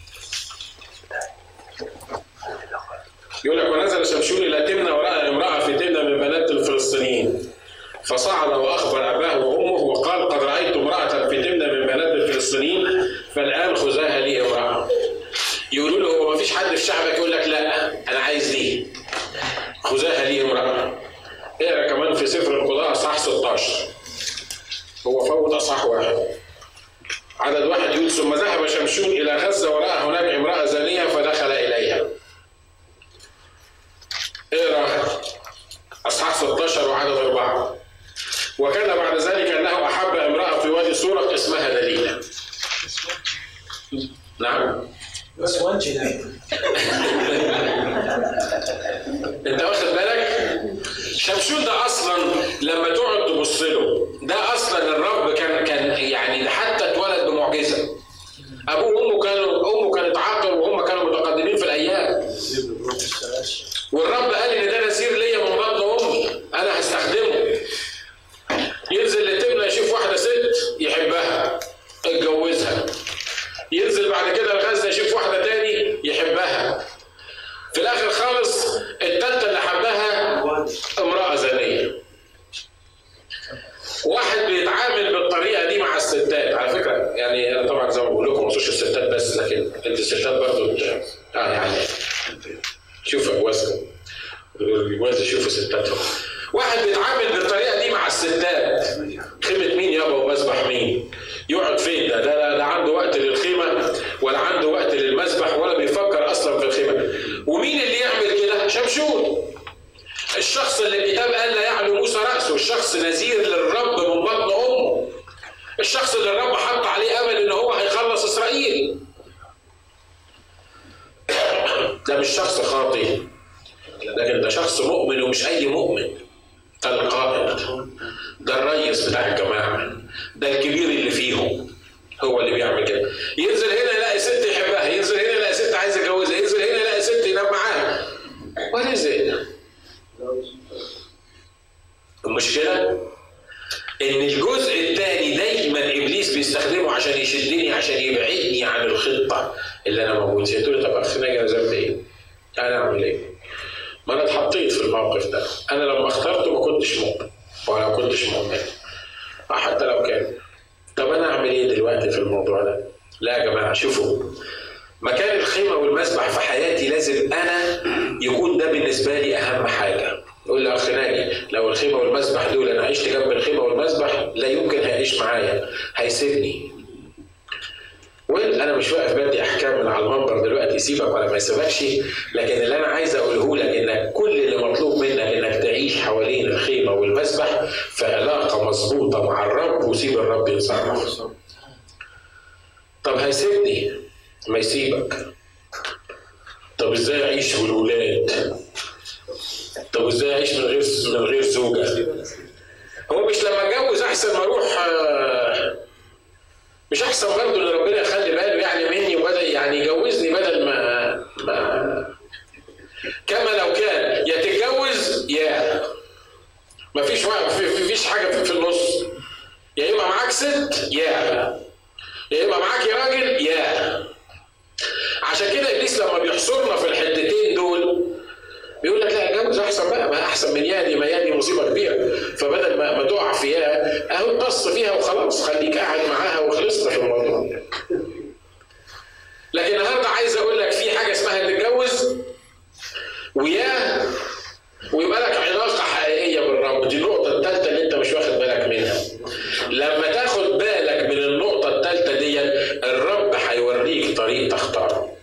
خذها لي امرأة. يقولوا له هو ما فيش حد في شعبك؟ يقول لك لا أنا عايز دي، خذها لي امرأة. اقرا كمان في سفر القضاء اصحاح 16. هو فوت اصحاح 1 عدد 1 يقول ثم ذهب شمشون الى غزة ورأى هناك امرأة زانية فدخل اليها. اقرا اصحاح 16 وعدد 4. وكان بعد ذلك انه احب امرأة في وادي سورق اسمها دليلة. نعم بس وانجي انت واخد بالك؟ شمشون ده اصلا لما تقعد تبص له ده اصلا الرب كان يعني حتى اتولد بمعجزه. ابوه وامه كانت عاقل وهم كانوا متقدمين في الايام. والرب قال ان ده نذير ليا من بطن امي انا هستخدمه. ينزل لتبنى يشوف واحده ست يحبها اتجوزها. ينزل بعد كده لغزة يشوف واحده تاني يحبها. في الاخر خالص التالتة اللي حبها امرأة زانية. واحد بيتعامل بالطريقة دي مع الستات. على فكرة يعني انا طبعا زي ما بقول لكم مش الستات بس، لكن انت الستات برضه يعني شوفوا جوازكم الجواز يشوفوا ستاتهم. واحد بيتعامل بالطريقة دي مع الستات. خيمة مين يابا ومسبح مين؟ يقعد فين ده عنده وقت للخيمة ولا عنده وقت للمسبح ولا بيفكر اصلا في الخيمة. ومين اللي يعمل كده؟ شمشون، الشخص اللي الكتاب قال لا يعلو موسى رأسه، الشخص نذير للرب من بطن امه، الشخص اللي الرب حط عليه امل ان هو هيخلص اسرائيل. ده مش شخص خاطئ، لكن ده شخص مؤمن ومش اي مؤمن. ده القائد، ده الرئيس بتاع الجماعه، ده الكبير اللي فيهم هو اللي بيعمل كده. ينزل هنا يلاقي ست يحبها، ينزل هنا يلاقي ست عايز يتجوزها، ينزل هنا يلاقي ست ينام معاها. ولا ازاي؟ المشكله ان الجزء الثاني دايما ابليس بيستخدمه عشان يشدني، عشان يبعدني عن الخطه اللي انا موجود فيها. تقول لي طب اخ ناجي انا ذنبي ايه؟ انا اعمل ايه؟ ما انا اتحطيت في الموقف ده. انا لما اخترته ما كنتش مؤمن ولا كنتش مؤمن حتى لو كان. طب انا اعمل ايه دلوقتي في الموضوع ده؟ لا يا جماعه شوفوا، مكان الخيمه والمسبح في حياتي لازم انا يكون ده بالنسبه لي اهم حاجه. يقول لي اخ ناجي لو الخيمه والمسبح دول انا عشت جنب الخيمه والمسبح لا يمكن هيعيش معايا، هيسيبني. انا مش واقف بدي احكام من على المنبر دلوقتي يسيبك ولا ما يسيبكش، لكن اللي انا عايز اقوله لك انك كل اللي مطلوب منك انك تعيش حوالين الخيمه والمسبح في علاقه مظبوطه مع الرب وسيب الرب يتصرف. طب هيسيبني؟ ما يسيبك. طب ازاي اعيش والولاد؟ طب ازاي اعيش من غير زوجه؟ هو مش لما اتجوز احسن ما اروح؟ مش احسن برضه ان ربنا يخلي باله يعني مني وبدا يعني يجوزني بدل ما كما لو كان يا تتجوز يا مفيش حاجه في النص. يا اما معاك ست يا اما معاك يا راجل يا. عشان كده ابليس لما بيحصرنا في الحتتين دول بيقول لك لا اتجوز احسن بقى، ما احسن من يا دي مصيبه كبيره. فبدل ما تقع فيها اهو اتص فيها وخلاص، خليك قاعد معاها وخلصنا في الموضوع. لكن النهارده عايز اقول لك في حاجه اسمها تتجوز ويبقى لك علاقه حقيقيه بالرب. دي النقطه الثالثه اللي انت مش واخد بالك منها. لما تاخد بالك من النقطه الثالثه دي الرب هيوريك طريق تختاره.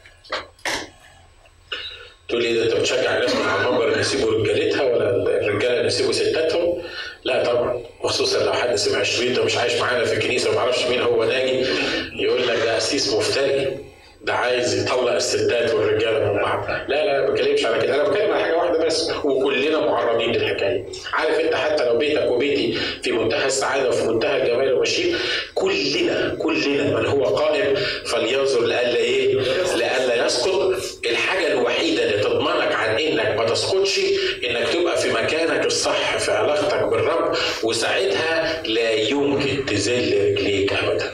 تقول لي ده انت بتشجع الناس من على المنبر ان يسيبوا رجالتها ولا الرجاله ان يسيبوا ستاتهم؟ لا طبعا، وخصوصا لو حد سمع الشريط ده مش عايش معانا في الكنيسه وما يعرفش مين هو ناجي يقول لك ده قسيس مفتري، ده عايز يطلق الستات والرجاله من بعض. لا ما بتكلمش على كده، انا بتكلم على حاجه واحده بس، وكلنا معرضين للحكايه. عارف انت حتى لو بيتك وبيتي في منتهى السعاده وفي منتهى الجمال وماشيين، كلنا من هو قائم فلينظر لألا يسقط. الحاجه الوحيده اللي تضمنك عن انك ما تسقطش انك تبقى في مكانك الصح في علاقتك بالرب، وساعتها لا يمكن تذل رجليك ابدا.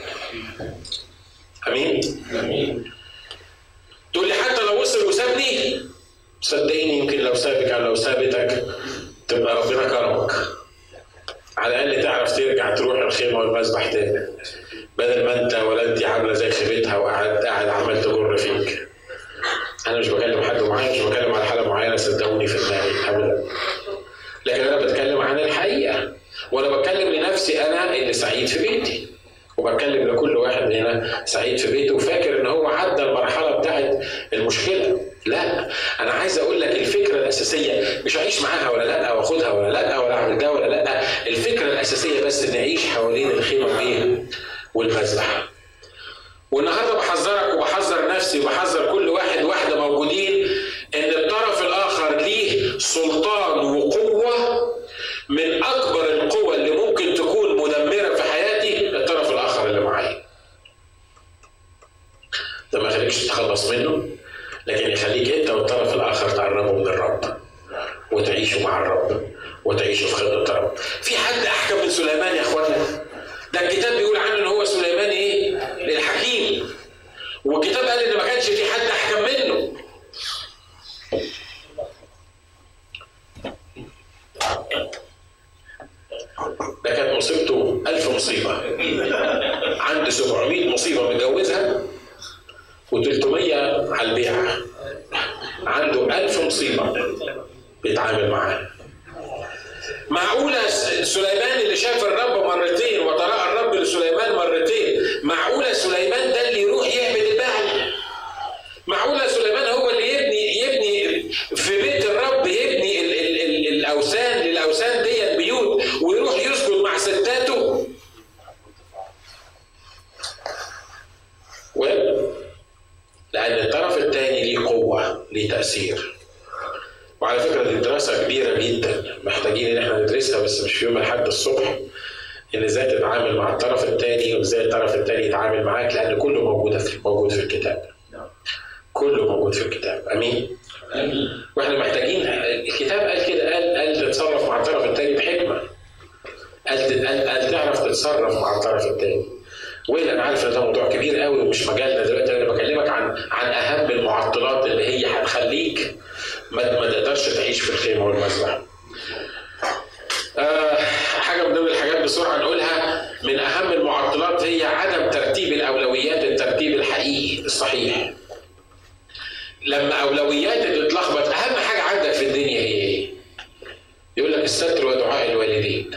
امين. تقول لي حتى لو وصل وسابني، صدقيني يمكن لو سابك او لو سابتك تبقى ربنا كرمك. على الاقل تعرف ترجع تروح الخيمه والمسبح تاني، بدل ما انت ولا انت عامله زي خيبتها وقاعد عمال تجر فيك. انا مش بكلم حد معين، مش بكلم على حاله معينه صدقوني في دماغي ابدا، لكن انا بتكلم عن الحقيقه، وانا بتكلم لنفسي انا اللي سعيد في بيتي، وبتكلم لكل واحد هنا سعيد في بيته وفاكر ان هو عدى المرحله بتاعت المشكله. لا، انا عايز اقول لك الفكره الاساسيه مش اعيش معاها ولا لا، واخدها ولا لا، ولا اعمل ده ولا لا. الفكره الاساسيه بس نعيش حوالين الخيمه ايه والمسبح. والنهارده بحذرك وبحذر نفسي وبحذر كل واحد واحده موجودين ان الطرف الاخر ليه سلطان وقوه من اكبر القوى اللي ممكن تكون مدمره في حياتي. الطرف الاخر اللي معايا ده ما يخليكش تتخلص منه، لكن يخليك انت والطرف الاخر تقربوا من الرب وتعيشوا مع الرب وتعيشوا في خدمه الرب. في حد احكم من سليمان يا اخوانا؟ ده الكتاب بيقول عنه ان هو سليمان ايه؟ الحكيم. والكتاب قال ان ما كانش في حد احكم منه. ده كانت مصيبته 1000 مصيبه، عنده 700 مصيبه متجوزها و300 على البيعه، عنده 1000 مصيبه بيتعامل معاها. معقولة سليمان اللي شاف الرب مرتين وطرق الرب لسليمان مرتين، معقولة سليمان ده اللي يروح يعبد البعل؟ معقولة سليمان هو اللي يبني في بيت الرب، يبني الأوثان للأوثان دي بيوت ويروح يسجد مع ستاته؟ لأن الطرف الثاني ليه قوة، ليه تأثير. وعلى فكرة دي دراسة كبيرة جدا محتاجين ان احنا ندرسها، بس مش في يوم الأحد الصبح، ان ازاي تتعامل مع الطرف الثاني وازاي الطرف الثاني يتعامل معاك، لأن كله موجود في الكتاب. كله موجود في الكتاب. امين؟ واحنا محتاجين، الكتاب قال كده، قال تتصرف مع الطرف الثاني بحكمة. قال تعرف تتصرف مع الطرف الثاني. وإلا انا عارف ان ده موضوع كبير قوي ومش مجالنا دلوقتي. انا بكلمك عن اهم المعطلات اللي هي هتخليك ما تقدرش تعيش في الخيمه والمسبح. حاجه من ضمن الحاجات بسرعه نقولها، من اهم المعطلات هي عدم ترتيب الاولويات الترتيب الحقيقي الصحيح. لما اولوياتك تتلخبط، اهم حاجه عندك في الدنيا هي ايه؟ يقول لك الستر ودعاء الوالدين.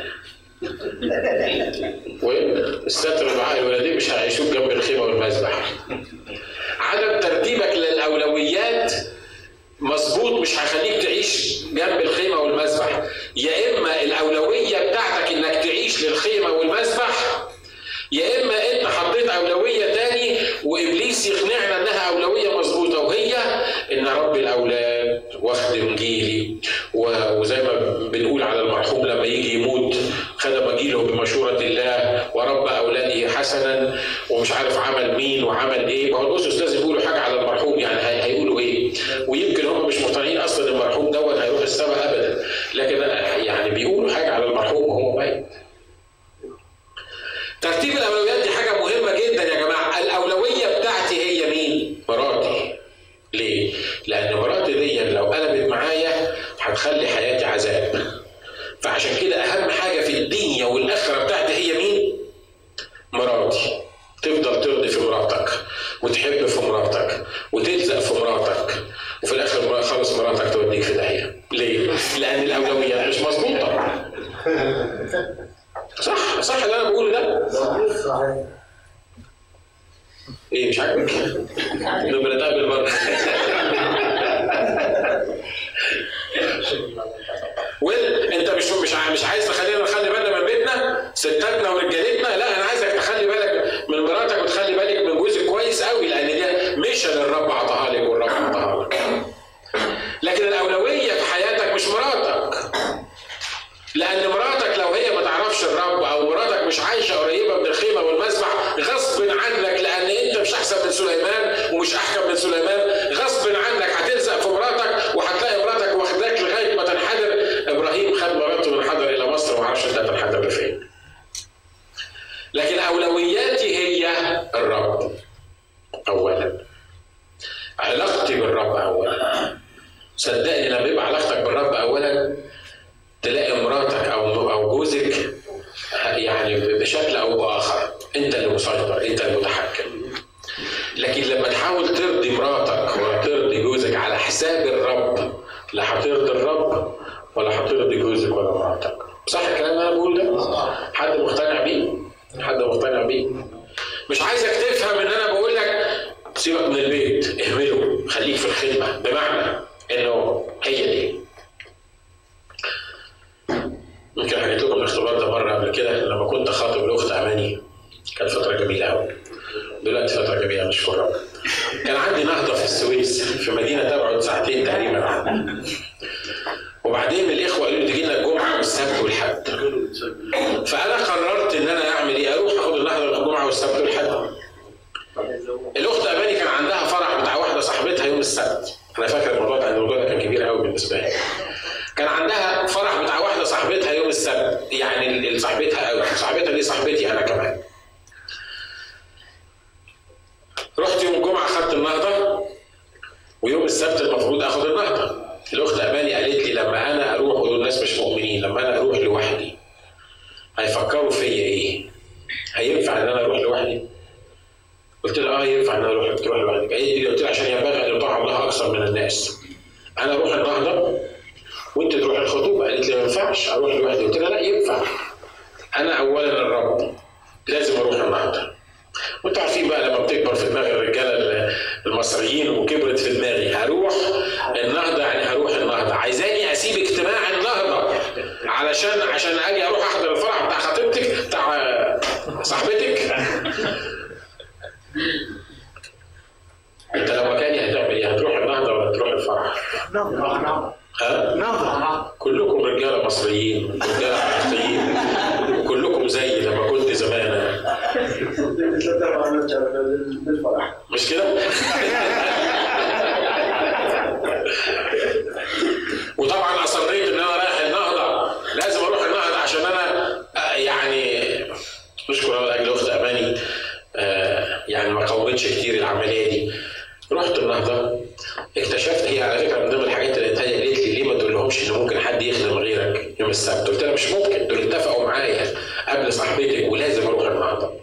والستر ودعاء الوالدين مش هيعيشوك جنب الخيمه والمسبح. عدم ترتيبك للاولويات مظبوط مش هيخليك تعيش جنب الخيمه والمسبح. يا اما الاولويه بتاعتك انك تعيش للخيمه والمسبح، يا اما انت حطيت اولويه تاني وابليس يقنعنا انها اولويه مظبوطه، وهي ان رب الاولاد واخدم جيلي، وزي ما بنقول على المرحوم لما يجي يموت خدم جيله بمشوره الله ورب اولاده حسنا، ومش عارف عمل مين وعمل ايه. ما هو الاسس لازم يقولوا حاجه على المرحوم، يعني هيقولوا ايه؟ ويمكن هم مش مقتنعين اصلا المرحوم دوت هيروح السماء ابدا، لكن يعني بيقولوا حاجه على المرحوم وهو ميت. ترتيب الاولويات دي حاجه مهمه جدا يا جماعه. الاولويه بتاعتي هي مين؟ مراتي. ليه؟ لان مراتي دي لو قلبت معايا هتخلي حياتي عذاب. فعشان كده اهم حاجه في الدنيا والاخره بتاعتي هي مين؟ مراتي. تفضل ترضي في مراتك وتحب في مراتك وتلزق في مراتك، وفي الاخر خلص مراتك توديك في داهيه. ليه؟ لان الاولويات مش مظبوطه. صح اللي انا بقوله ده؟ صحيح. ايه مش عاجبك؟ نبقى نتقابل بره. انت مش عايز تخلينا نخلي بالنا من بيتنا ستاتنا ورجالتنا؟ لا، انا عايزك تخلي بالك من مراتك وتخلي بالك من جوزك كويس قوي، لان دي ميشن الرب عطاها لك والرب عطاها لك. لكن الاولويه في حياتك مش مراتك، لان مراتك لو هي ما تعرفش الرب او مراتك مش عايشه قريبه من الخيمه والمسبح، غصب عنك، لان انت مش احسن من سليمان ومش احكم من سليمان، غصب عنك هتلزق في مراتك وهتلاقي مراتك واخداك لغايه ما تنحدر. ابراهيم خد مراته وانحدر الى مصر وما عرفش انت تنحدر لفين. لكن اولوياتي هي الرب اولا، علاقتي بالرب اولا. صدقني لما يبقى علاقتك بالرب اولا تلاقي مراتك او جوزك مقتنع بيه. مش عايزك تفهم ان انا بقول لك سيبك من البيت، اهمله، خليك في الخدمه، بمعنى انه هي دي. يمكن حكيت لكم الاختبار ده مره قبل كده لما كنت خاطب الاخت اماني، كانت فتره جميله قوي. دلوقتي فتره جميله نشكر ربنا. كان عندي نهضه في السويس في مدينه تبعد ساعتين تقريبا عني. وبعدين الاخوه قالوا لي تجي لنا الجمعه والسبت والحد. فانا قررت ان انا اعمل ايه؟ اروح اخد النهضه الجمعه والسبت والحد. الاخت اماني كان عندها فرح بتاع واحده صاحبتها يوم السبت. انا فاكر الموضوع ده كان كبير قوي بالنسبه لي. كان عندها فرح بتاع واحده صاحبتها يوم السبت، يعني صاحبتها قوي، صاحبتها دي صاحبتي انا كمان. رحت يوم الجمعه اخدت النهضه، ويوم السبت المفروض اخد النهضه. الاخت اماني قالت لي لما انا اروح، ودول الناس مش مؤمنين، لما انا اروح لوحدي هيفكروا فيا ايه؟ هينفع ان انا اروح لوحدي؟ قلت لها ينفع ان انا تروح لوحدك. قلت لها عشان ينبغي ان يطاع الله اكثر من الناس. انا اروح النهضه وانت تروح الخطوبه. قالت لي ما ينفعش اروح لوحدي. قلت لها لا ينفع. انا اولا الرب لازم اروح النهضه. وانتوا عارفين بقى لما بتكبر في دماغ الرجاله المصريين، وكبرت في دماغي هروح النهضه، يعني هروح النهضه. عايزاني اسيب اجتماع النهضه عشان اجي اروح احضر الفرح بتاع خطيبتك بتاع صاحبتك؟ انت لو مكاني هتعمل ايه؟ هتروح النهضه ولا تروح الفرح؟ نهضه. نهضه. كلكم رجاله مصريين، رجاله عراقيين، وكلكم زي لما كنت زمان. مش كده؟ وطبعا اصريت ان انا رايح النهضه، لازم اروح النهضه عشان انا يعني اشكر الله لاجل اخت اماني، يعني ما قاومتش كتير العمليه دي. رحت النهضه، اكتشفت هي على فكره من ضمن الحاجات اللي قالت لي ليه ما تقولهمش ان ممكن حد يخدم غيرك يوم السبت؟ قلت لها مش ممكن، دول اتفقوا معايا قبل صاحبتك ولازم اروح النهضه.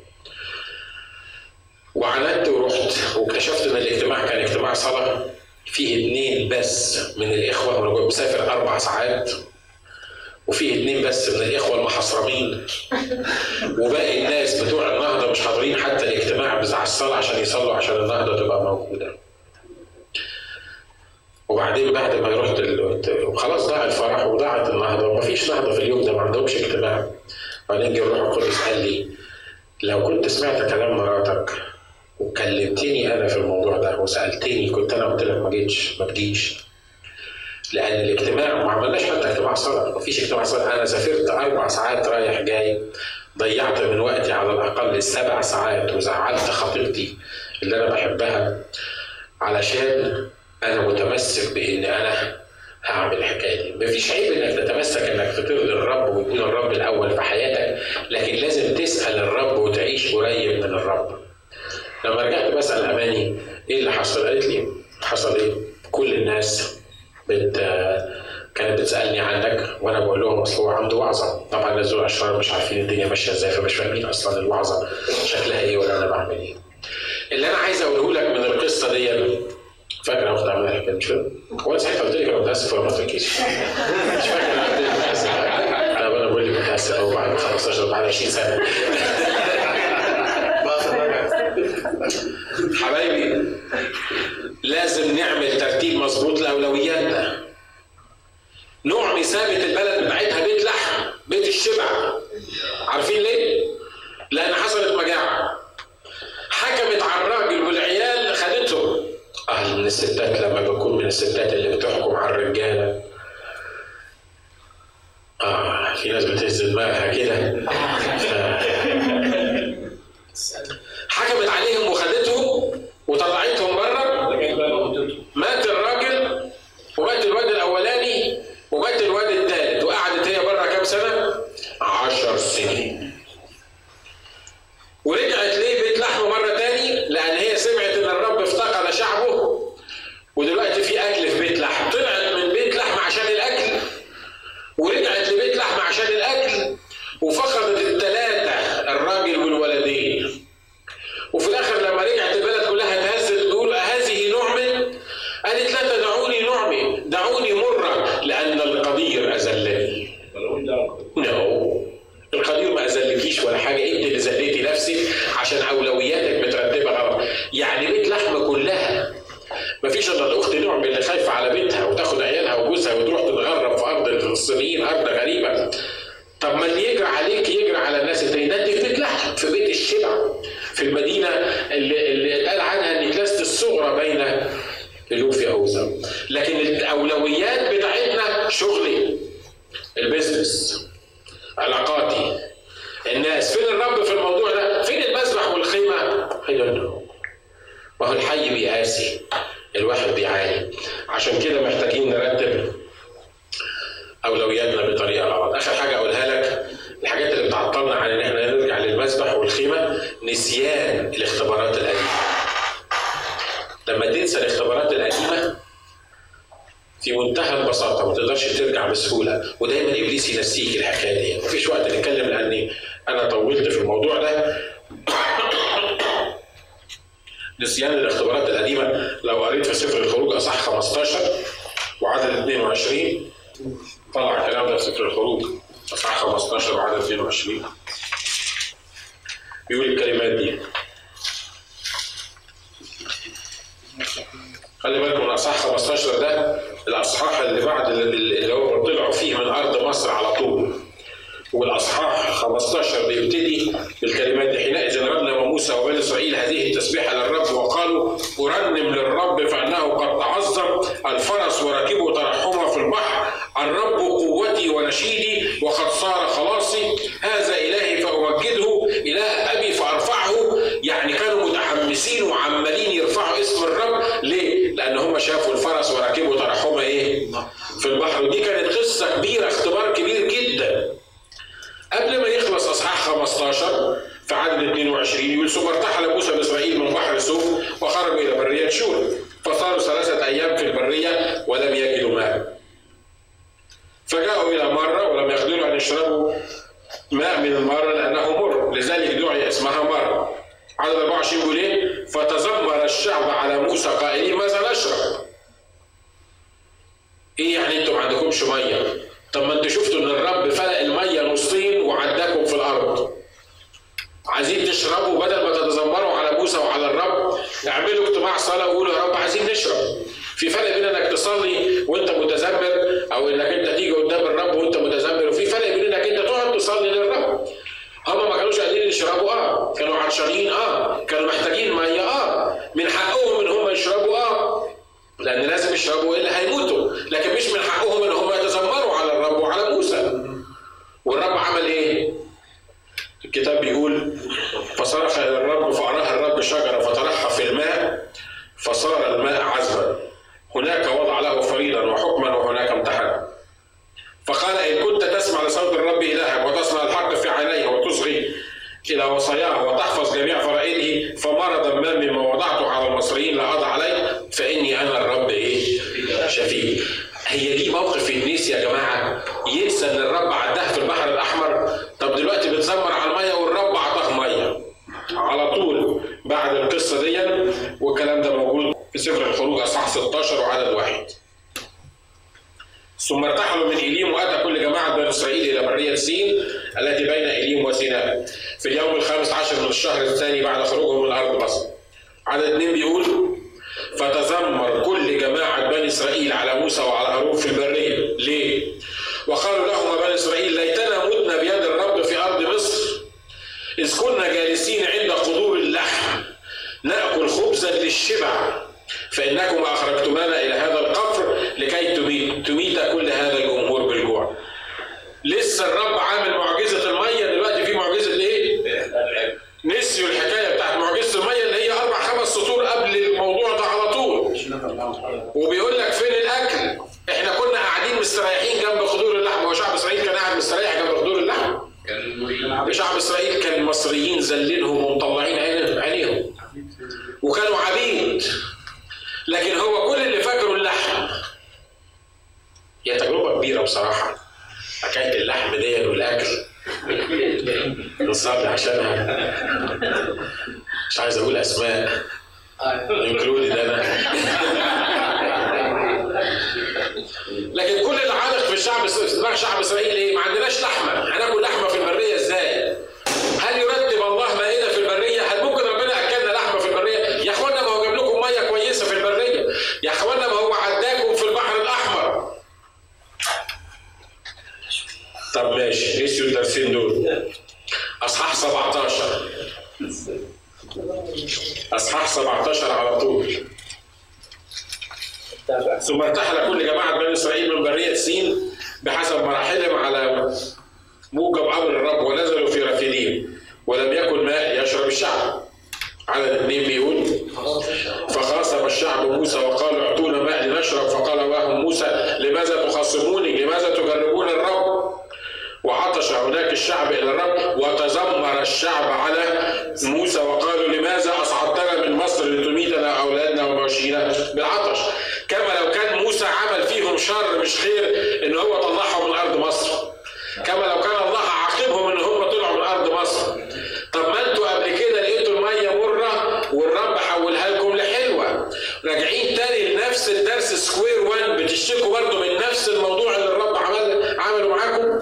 وعندت ورحت، واكتشفت ان الاجتماع كان اجتماع صلاه فيه 2 بس من الاخوه، وانا مسافر 4 ساعات، وفيه 2 بس من الاخوه المحصرمين، وباقي الناس بتوع النهضه مش حاضرين حتى الاجتماع بتاع الصلاه عشان يصلوا عشان النهضه تبقى موجوده. وبعدين بعد ما رحت خلاص ضاع الفرح وضاعت النهضه، ومفيش نهضه في اليوم ده، ما عندهمش اجتماع. بعدين جه الروح القدس قال لي لو كنت سمعت كلام مراتك وكلمتني انا في الموضوع ده وسالتني، كنت انا قلت لك ما تجيش. لان الاجتماع ما عملناش حتى اجتماع صلاه، ما فيش اجتماع صلاه. انا سافرت 4 ساعات رايح جاي، ضيعت من وقتي على الاقل 7 ساعات، وزعلت خطيبتي اللي انا بحبها علشان انا متمسك بان انا هعمل الحكايه دي. مفيش عيب انك تتمسك انك ترضي الرب ويكون الرب الاول في حياتك، لكن لازم تسال الرب وتعيش قريب من الرب. لما رجعت بسال اماني ايه اللي حصل، قالت لي حصل ايه؟ كل الناس كانت بتسالني عنك، وانا بقول لهم اصل هو عنده وعظه. طبعا الناس دول اشرار مش عارفين الدنيا ماشيه ازاي، فمش فاهمين اصلا الوعظه شكلها ايه ولا انا بعمل ايه. اللي انا عايز اقوله لك من القصه دي، فاكر اخت عملها الحكايه مش كده؟ هو انا ساعتها قلت لك انا متاسف ولا ما قلتلكيش؟ مش فاكر انا قلت لك متاسف. طب انا بقول لك متاسف اهو بعد 15 بعد 20 سنه. حبايبي لازم نعمل ترتيب مظبوط لاولوياتنا. نعمي سابت البلد بتاعتها بيت لحم، بيت الشبع. عارفين ليه؟ لان حصلت مجاعه، حكمت على الراجل والعيال خدتهم. من الستات لما بكون من الستات اللي بتحكم على الرجاله، في ناس بتهز دماغها كده، حكمت عليهم وخدتهم وطلعتهم بره. مات الراجل ومات الواد الاولاني ومات الواد الثالث، وقعدت هي بره كام سنه؟ 10 سنين. ورجعت ليه بيت لحم مره تاني؟ لان هي سمعت ان الرب افتقد شعبه ودلوقتي في اكل في بيت لحم. طلعت من بيت لحم عشان الاكل ورجعت لبيت لحم عشان الاكل، وفقدت ال3 الراجل والولدين. وفي الاخر لما رجعت البلد كلها اتهزت تقول هذه نعمه. قالت لا تدعوني نعمه، دعوني مره، لان القدير اذلني. القدير ما اذلكيش ولا حاجه، انت اللي ذليتي نفسك فيش الا الاخت نعم اللي خايفه على بيتها وتاخد عيالها وجوزها وتروح تتغرب في ارض الفلسطينيين، ارض غريبه. طب ما اللي يجري عليك يجري على الناس التانيين. ده انت في بيت لحم، في بيت الشبع، في المدينه اللي قال عنها ان كنيسه الصغرى بين الوف يهوذا. لكن الاولويات بتاعتنا شغلي، البيزنس، علاقاتي، الناس. فين الرب في الموضوع ده؟ فين المسبح والخيمه؟ ما هو الحي بيقاسي، الواحد بيعاني. عشان كده محتاجين نرتب اولوياتنا بطريقه غلط. اخر حاجه اقولها لك، الحاجات اللي بتعطلنا عن ان احنا نرجع للمسبح والخيمه، نسيان الاختبارات القديمه. لما تنسى الاختبارات القديمه في منتهى البساطه ما تقدرش ترجع بسهوله، ودايما ابليس ينسيك الحكايه دي. مفيش وقت نتكلم لاني انا طولت في الموضوع ده. نسيان الاختبارات القديمه، لو قريت في سفر الخروج اصح 15 وعدد 22، طلع الكلام ده في سفر الخروج اصح 15 وعدد 22، بيقول الكلمات دي. خلي بالكم من اصحاح 15 ده الاصحاح اللي بعد اللي هو طلعوا فيه من ارض مصر على طول. والاصحاح 15 بيبتدي بالكلمات دي: حينئذ ردنا موسى وبني اسرائيل هذه التسبيحه للرب وقالوا ارنم للرب فانه قد تعظم الفرس وركبوا ترحما في البحر. الرب قوتي ونشيدي وقد صار خلاصي، هذا الهي فامجده، اله ابي فارفعه. يعني كانوا متحمسين وعمالين يرفعوا اسم الرب. ليه؟ لان هم شافوا الفرس وركبوا ترحما في البحر. ودي كانت قصه كبيره، اختبار كبير جدا. قبل ما يخلص اصحاح 15 في عدد 22 يقول: ثم ارتحل موسى باسرائيل من بحر سوف وخرجوا الى بريه شور، فصاروا 3 أيام في البريه ولم يجدوا ماء. فجاءوا الى مره ولم يقدروا ان يشربوا ماء من المره لانه مر، لذلك دعي اسمها مره. عدد 24 يقول ايه؟ فتذمر الشعب على موسى قائلين: ماذا نشرب؟ ايه يعني انتم ما عندكمش ميه؟ طب ما انتوا شفتوا ان الرب فلق الميه نصين وعداكم في الارض. عايزين تشربوا، بدل ما تتذمروا على موسى وعلى الرب اعملوا اجتماع صلاه وقولوا: يا رب عايزين نشرب. في فرق بين انك تصلي وانت متذمر، او انك انت تيجي قدام الرب وانت متذمر، وفي فرق بين انك انت تقعد تصلي للرب. هم ما كانوش قادرين يشربوا، كانوا عطشانين، كانوا محتاجين ميه، من حقهم ان هم يشربوا، لان لازم يشربوا الا هيموتوا، لكن مش من حقهم ان هم يتذمروا على الرب وعلى موسى. والرب عمل ايه؟ الكتاب بيقول: فصرخ الى الرب فاراه الرب شجره فترحى في الماء فصار الماء عذبا، هناك وضع له فريضا وحكما وهناك امتحان. فقال: ان كنت تسمع لصوت الرب الهك وتصنع الحق في عينيه وتصغي الى وصاياه وتحفظ جميع فرائضه، فمرضا ما مما وضعته على المصريين لا اضع عليه، فاني انا الرب شفيع. هي دي موقف الناس يا جماعه، ينسى ان الرب عداه في البحر الاحمر. طب دلوقتي بتزمر على الميه والرب عطاه ميه على طول بعد القصه دي. والكلام ده موجود في سفر الخروج اصحاح 16 وعدد 1. ثم ارتحلوا من إليم وأتى كل جماعة بني إسرائيل إلى برية سين التي بين إليم وسيناء في اليوم 15 من الشهر الثاني بعد خروجهم من أرض مصر. عدد 2 بيقول: فتذمر كل جماعة بني إسرائيل على موسى وعلى هارون في البرية. ليه؟ وقالوا لهم بني إسرائيل: ليتنا متنا بيد الرب في أرض مصر، إذ كنا جالسين عند قدور اللحم نأكل خبزا للشبع، فإنكم أخرجتمانا إلى هذا القفر لكي تميت كل هذا الجمهور بالجوع. لسه الرب عامل معجزة المية، دلوقتي في معجزة إيه؟ نسيوا الحكاية بتاعت معجزة المية اللي هي 4-5 سطور قبل الموضوع ده على طول. وبيقول لك فين الأكل؟ إحنا كنا قاعدين مستريحين جنب خدور اللحم. هو شعب إسرائيل كان قاعد مستريح جنب خدور اللحم؟ شعب إسرائيل كان المصريين ذلينهم ومطلعين عينيهم وكانوا عبيد، لكن هو كل اللي فاكره اللحم. هي تجربة كبيرة بصراحة حكاية اللحم دي والأكل. نصلي عشانها، مش عايز أقول أسماء انكلودد أنا. لكن كل اللي عالق في شعب إسرائيل إيه؟ ما عندناش لحمة، هناكل لحمة في البرية إزاي؟ هل يرتب الله مائدة في البرية؟ هل ممكن ربنا أكلنا لحمة في البرية؟ يا إخوانا ما هو جاب لكم مية كويسة في البرية. يا اصحاح 17 على طول. ثم ارتحل كل جماعه بني اسرائيل من بريه سين بحسب مراحلهم على موجب امر الرب، ونزلوا في رفيديم ولم يكن ماء يشرب الشعب. عدد 2 بيقول: فخاصم الشعب موسى وقالوا اعطونا ماء لنشرب، فقال لهم موسى: لماذا تخاصموني؟ لماذا تجربون الرب؟ وعطش هناك الشعب الى الرب، وتذمر الشعب على موسى وقالوا: لماذا اصعدتنا من مصر لتميتنا اولادنا ومواشينا بالعطش؟ كما لو كان موسى عمل فيهم شر مش خير ان هو طلعهم من ارض مصر، كما لو كان الله عاقبهم ان هم طلعوا من ارض مصر. طب ما انتوا قبل كده لقيتوا الميه مره والرب حولها لكم لحلوه، راجعين تاني لنفس الدرس سكوير 1، بتشتكوا برضه من نفس الموضوع اللي الرب عمله معاكم.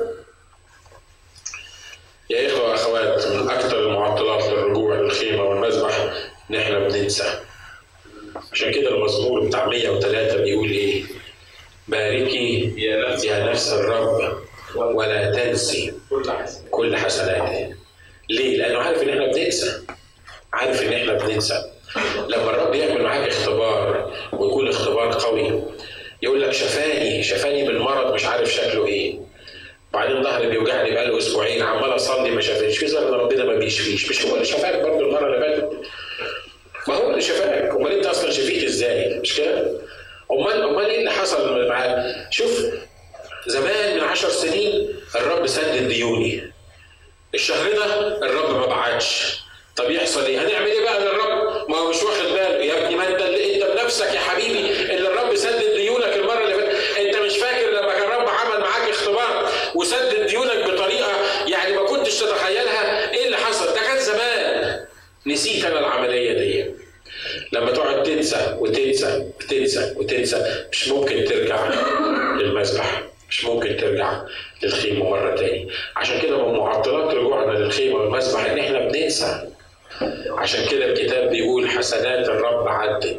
يا اخوه واخوات، من اكثر المعطلات للرجوع للخيمه والمذبح ان احنا بننسى. عشان كده المزمور بتاع 103 بيقول ايه؟ باركي يا نفس الرب ولا تنسي كل حسناته. ليه؟ لانه عارف ان احنا بننسى، عارف ان احنا بننسى. لما الرب يعمل معاك اختبار ويكون اختبار قوي، يقول لك شفاني من مرض مش عارف شكله ايه، وبعدين ظهري بيوجعني بقاله اسبوعين، عمال اصلي ما شافنيش، في ظهر ربنا ما بيشفيش. مش هو اللي شفاك برضه المره اللي فاتت؟ ما هو اللي شفاك، امال انت اصلا شفيت ازاي؟ مش كده؟ امال ايه اللي حصل معاك؟ شوف، زمان من 10 سنين الرب سدد ديوني، الشهر ده الرب ما بعتش. طب يحصل ايه؟ هنعمل ايه بقى للرب؟ ما هو مش واخد باله يا ابني، ما انت بنفسك يا حبيبي اللي الرب سدد ديونك المره اللي فاتت. انت مش فاكر لما كان الرب عمل معاك اختبار وسدد ديونك بطريقه يعني ما كنتش تتخيلها؟ ايه اللي حصل؟ ده كان زمان. نسيت انا العمليه دي. لما تقعد تنسى وتنسى وتنسى وتنسى مش ممكن ترجع للمذبح، مش ممكن ترجع للخيمه مره تاني. عشان كده من معطلات رجوعنا للخيمه والمذبح ان احنا بننسى. عشان كده الكتاب بيقول حسنات الرب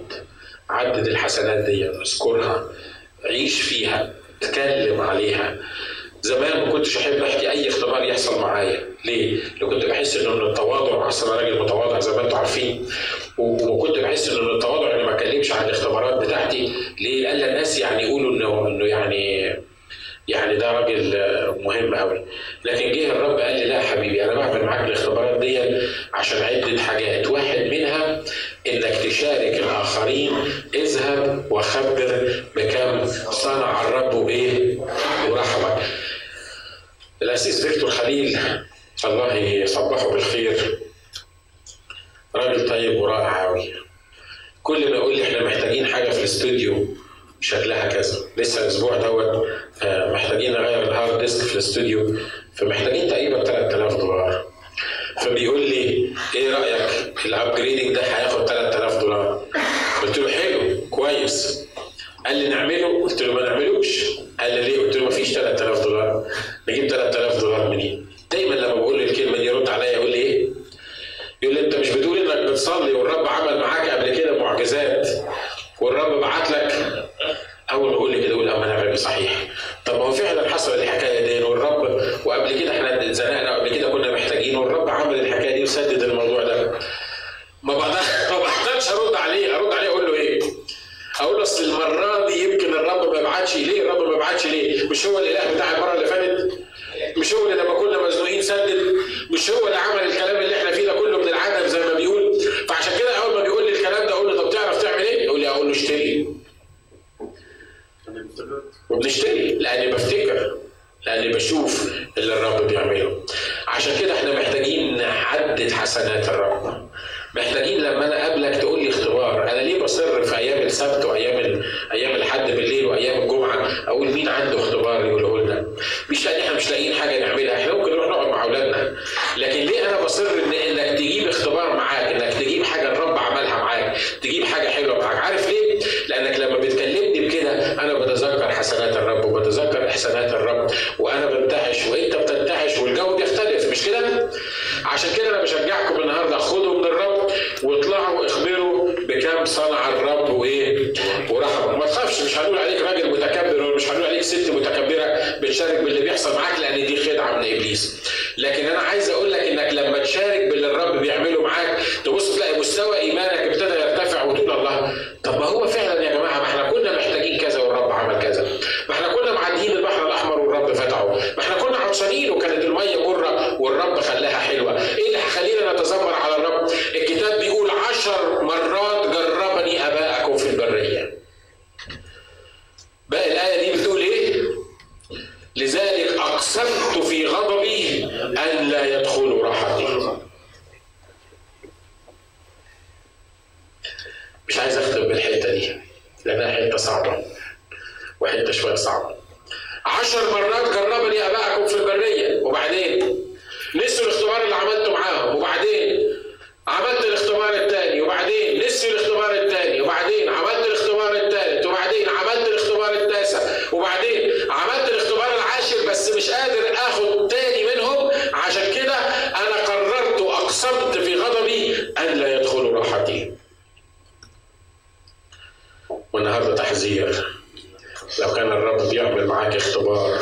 عدد الحسنات دي، اذكرها، عيش فيها، اتكلم عليها. زمان ما كنتش احب احكي اي اختبار يحصل معايا. ليه؟ لو كنت بحس انه من التواضع، اصلا انا راجل متواضع زي ما انتم عارفين، وكنت بحس انه من التواضع اني ما اتكلمش عن الاختبارات بتاعتي. ليه؟ لأن الناس يعني يقولوا انه يعني ده راجل مهم قوي. لكن جه الرب قال لي: لا حبيبي، انا بعمل معاك الاختبارات دي عشان عده حاجات. واحد منها انك تشارك الاخرين. اذهب وخبر بكم صنع الرب وايه ورحمك. الاسيس فيكتور خليل الله يصبحه بالخير، راجل طيب ورائع قوي. كل ما يقول لي احنا محتاجين حاجه في الاستوديو شكلها كذا، لسه الاسبوع دوت محتاجين نغير الهارد ديسك في الاستوديو، فمحتاجين تقريبا $3000. فبيقول لي: ايه رايك الابجريدنج ده هياخد $3000؟ قلت له: حلو كويس. قال لي: نعمله؟ قلت له: ما نعملوش. قال لي: ليه؟ قلت له: ما فيش $3000. نجيب $3000 منين؟ دايما لما بقول الكلمه دي يرد عليا يقول لي: ايه؟ يقول لي: انت مش بتقول انك بتصلي والرب عمل معاك قبل كده معجزات والرب بعت لك؟ اول ما اقول لي كده اقول: اما انا غبي صحيح. طب ما هو فعلا حصل الحكايه دي والرب، وقبل كده احنا اتزنقنا وقبل كده كنا محتاجين والرب عمل الحكايه دي وسدد الموضوع ده. ما بقدرش ارد عليه اقول له ايه؟ اقول له: اصل المره دي يمكن الرب ما بعتش. ليه الرب ما بعتش؟ ليه؟ مش هو الاله بتاع المره اللي فاتت؟ مش هو اللي لما كنا مزنوقين سدد؟ مش هو اللي عمل الكلام اللي احنا فيه ده كله من العدم زي ما بيقول؟ فعشان كده اول ما بيقول لي الكلام ده اقول له: طب تعرف تعمل ايه؟ يقول لي: اقول له: اشتري. وبنشتري لاني بفتكر، لاني بشوف اللي الرب بيعمله. عشان كده احنا محتاجين نحدد حسنات الرب. محتاجين لما انا اقابلك تقول لي اختبار. انا ليه بصر في ايام السبت وايام الحد بالليل وايام الجمعه اقول مين عنده اختبار يقوله لنا؟ مش لان احنا مش لاقيين حاجه نعملها، احنا ممكن نروح نقعد مع اولادنا. لكن ليه انا بصر انك تجيب اختبار معاك، انك تجيب حاجه الرب عملها معاك، تجيب حاجه حلوه معاك؟ عارف ليه؟ لانك لما بتكلمني بكده انا بتذكر حسنات الرب وبتذكر احسانات الرب، وانا بنتعش وانت بتنتعش والجو بيختلف، مش كده؟ عشان كده انا بشجعكم النهارده: خدوا من الرب واطلعوا اخبروا بكم صنع الرب وايه ورحمه. ما تخافش، مش هنقول عليك راجل متكبر ومش هنقول عليك ست متكبره بتشارك باللي بيحصل معاك، لان دي خدعه من ابليس. لكن انا عايز اقول لك انك لما تشارك باللي الرب بيعمله معاك تبص تلاقي مستوى ايمانك ابتدى يرتفع وتقول الله طب ما هو فعلا يا جماعه، ما احنا كنا محتاجين كذا والرب عمل كذا، ما احنا كنا معديين البحر الاحمر والرب فتحه، ما احنا كنا عطشانين وكانت الميه مره والرب خلاها حلوه. ايه اللي هيخلينا نتذمر على الرب؟ الكتاب بيقول 10 مرات جربني اباءكم في البريه. بقى الايه دي بتقول ايه؟ لذلك اقسمت في غضبي ان لا يدخلوا راحتي. مش عايز اختم بالحته دي لانها حته صعبه وحته شويه صعبه. 10 مرات جربني اباءكم في البريه، وبعدين نسوا الاختبار اللي عملته معاهم، وبعدين عملت الاختبار الثاني، وبعدين نسوا الاختبار الثاني، وبعدين عملت الاختبار الثالث، وبعدين عملت الاختبار التاسع، وبعدين عملت الاختبار العاشر، بس مش قادر اخد تاني منهم. عشان كده انا قررت واقسمت في غضبي ان لا يدخلوا راحتي. والنهارده تحذير، لو كان الرب بيعمل معاك اختبار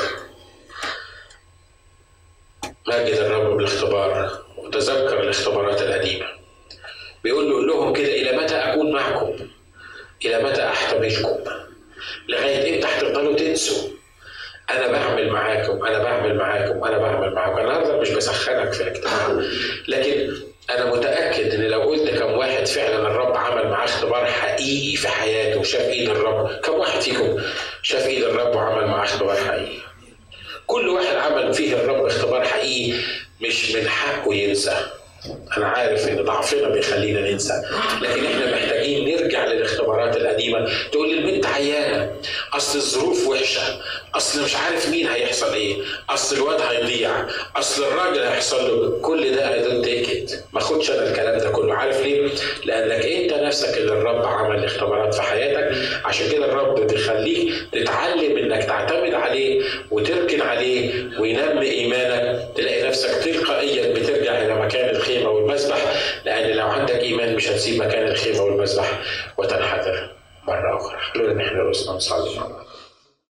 مجد الرب بالاختبار وتذكر الاختبارات القديمه. بيقول له قول لهم كده: الى متى اكون معكم؟ الى متى احتملكم؟ لغايه امتى هتفضلوا تنسوا انا بعمل معاكم انا بعمل معاكم انا بعمل معاكم؟ انا النهارده مش بسخنك في الاجتماع، لكن انا متاكد ان لو قلت كم واحد فعلا الرب عمل معاه اختبار حقيقي في حياته وشاف ايد الرب، كم واحد فيكم شاف ايد الرب وعمل معاه اختبار حقيقي؟ كل واحد عمل فيه الرب اختبار حقيقي مش من حقه ينسى. أنا عارف إن ضعفنا بيخلينا ننسى، لكن إحنا محتاجين نرجع للاختبارات القديمة. تقول لي البنت عيانة، أصل الظروف وحشة، أصل مش عارف مين هيحصل إيه، أصل الواد هيضيع، أصل الراجل هيحصل له. كل ده I don't take it. ما خدش أنا الكلام ده كله. عارف ليه؟ لأنك أنت نفسك اللي الرب عمل اختبارات في حياتك. عشان كده الرب بيخليك تتعلم إنك تعتمد عليه وتركن عليه وينمي إيمانك. تلاقي نفسك تلقائيا بترجع إلى مكان الخيمة والمسبح، لأن لو عندك إيمان مش هتسيب مكان الخيمة والمسبح وتنحدر مرة أخرى. خلونا نحن رؤوسنا نصلي مع بعض.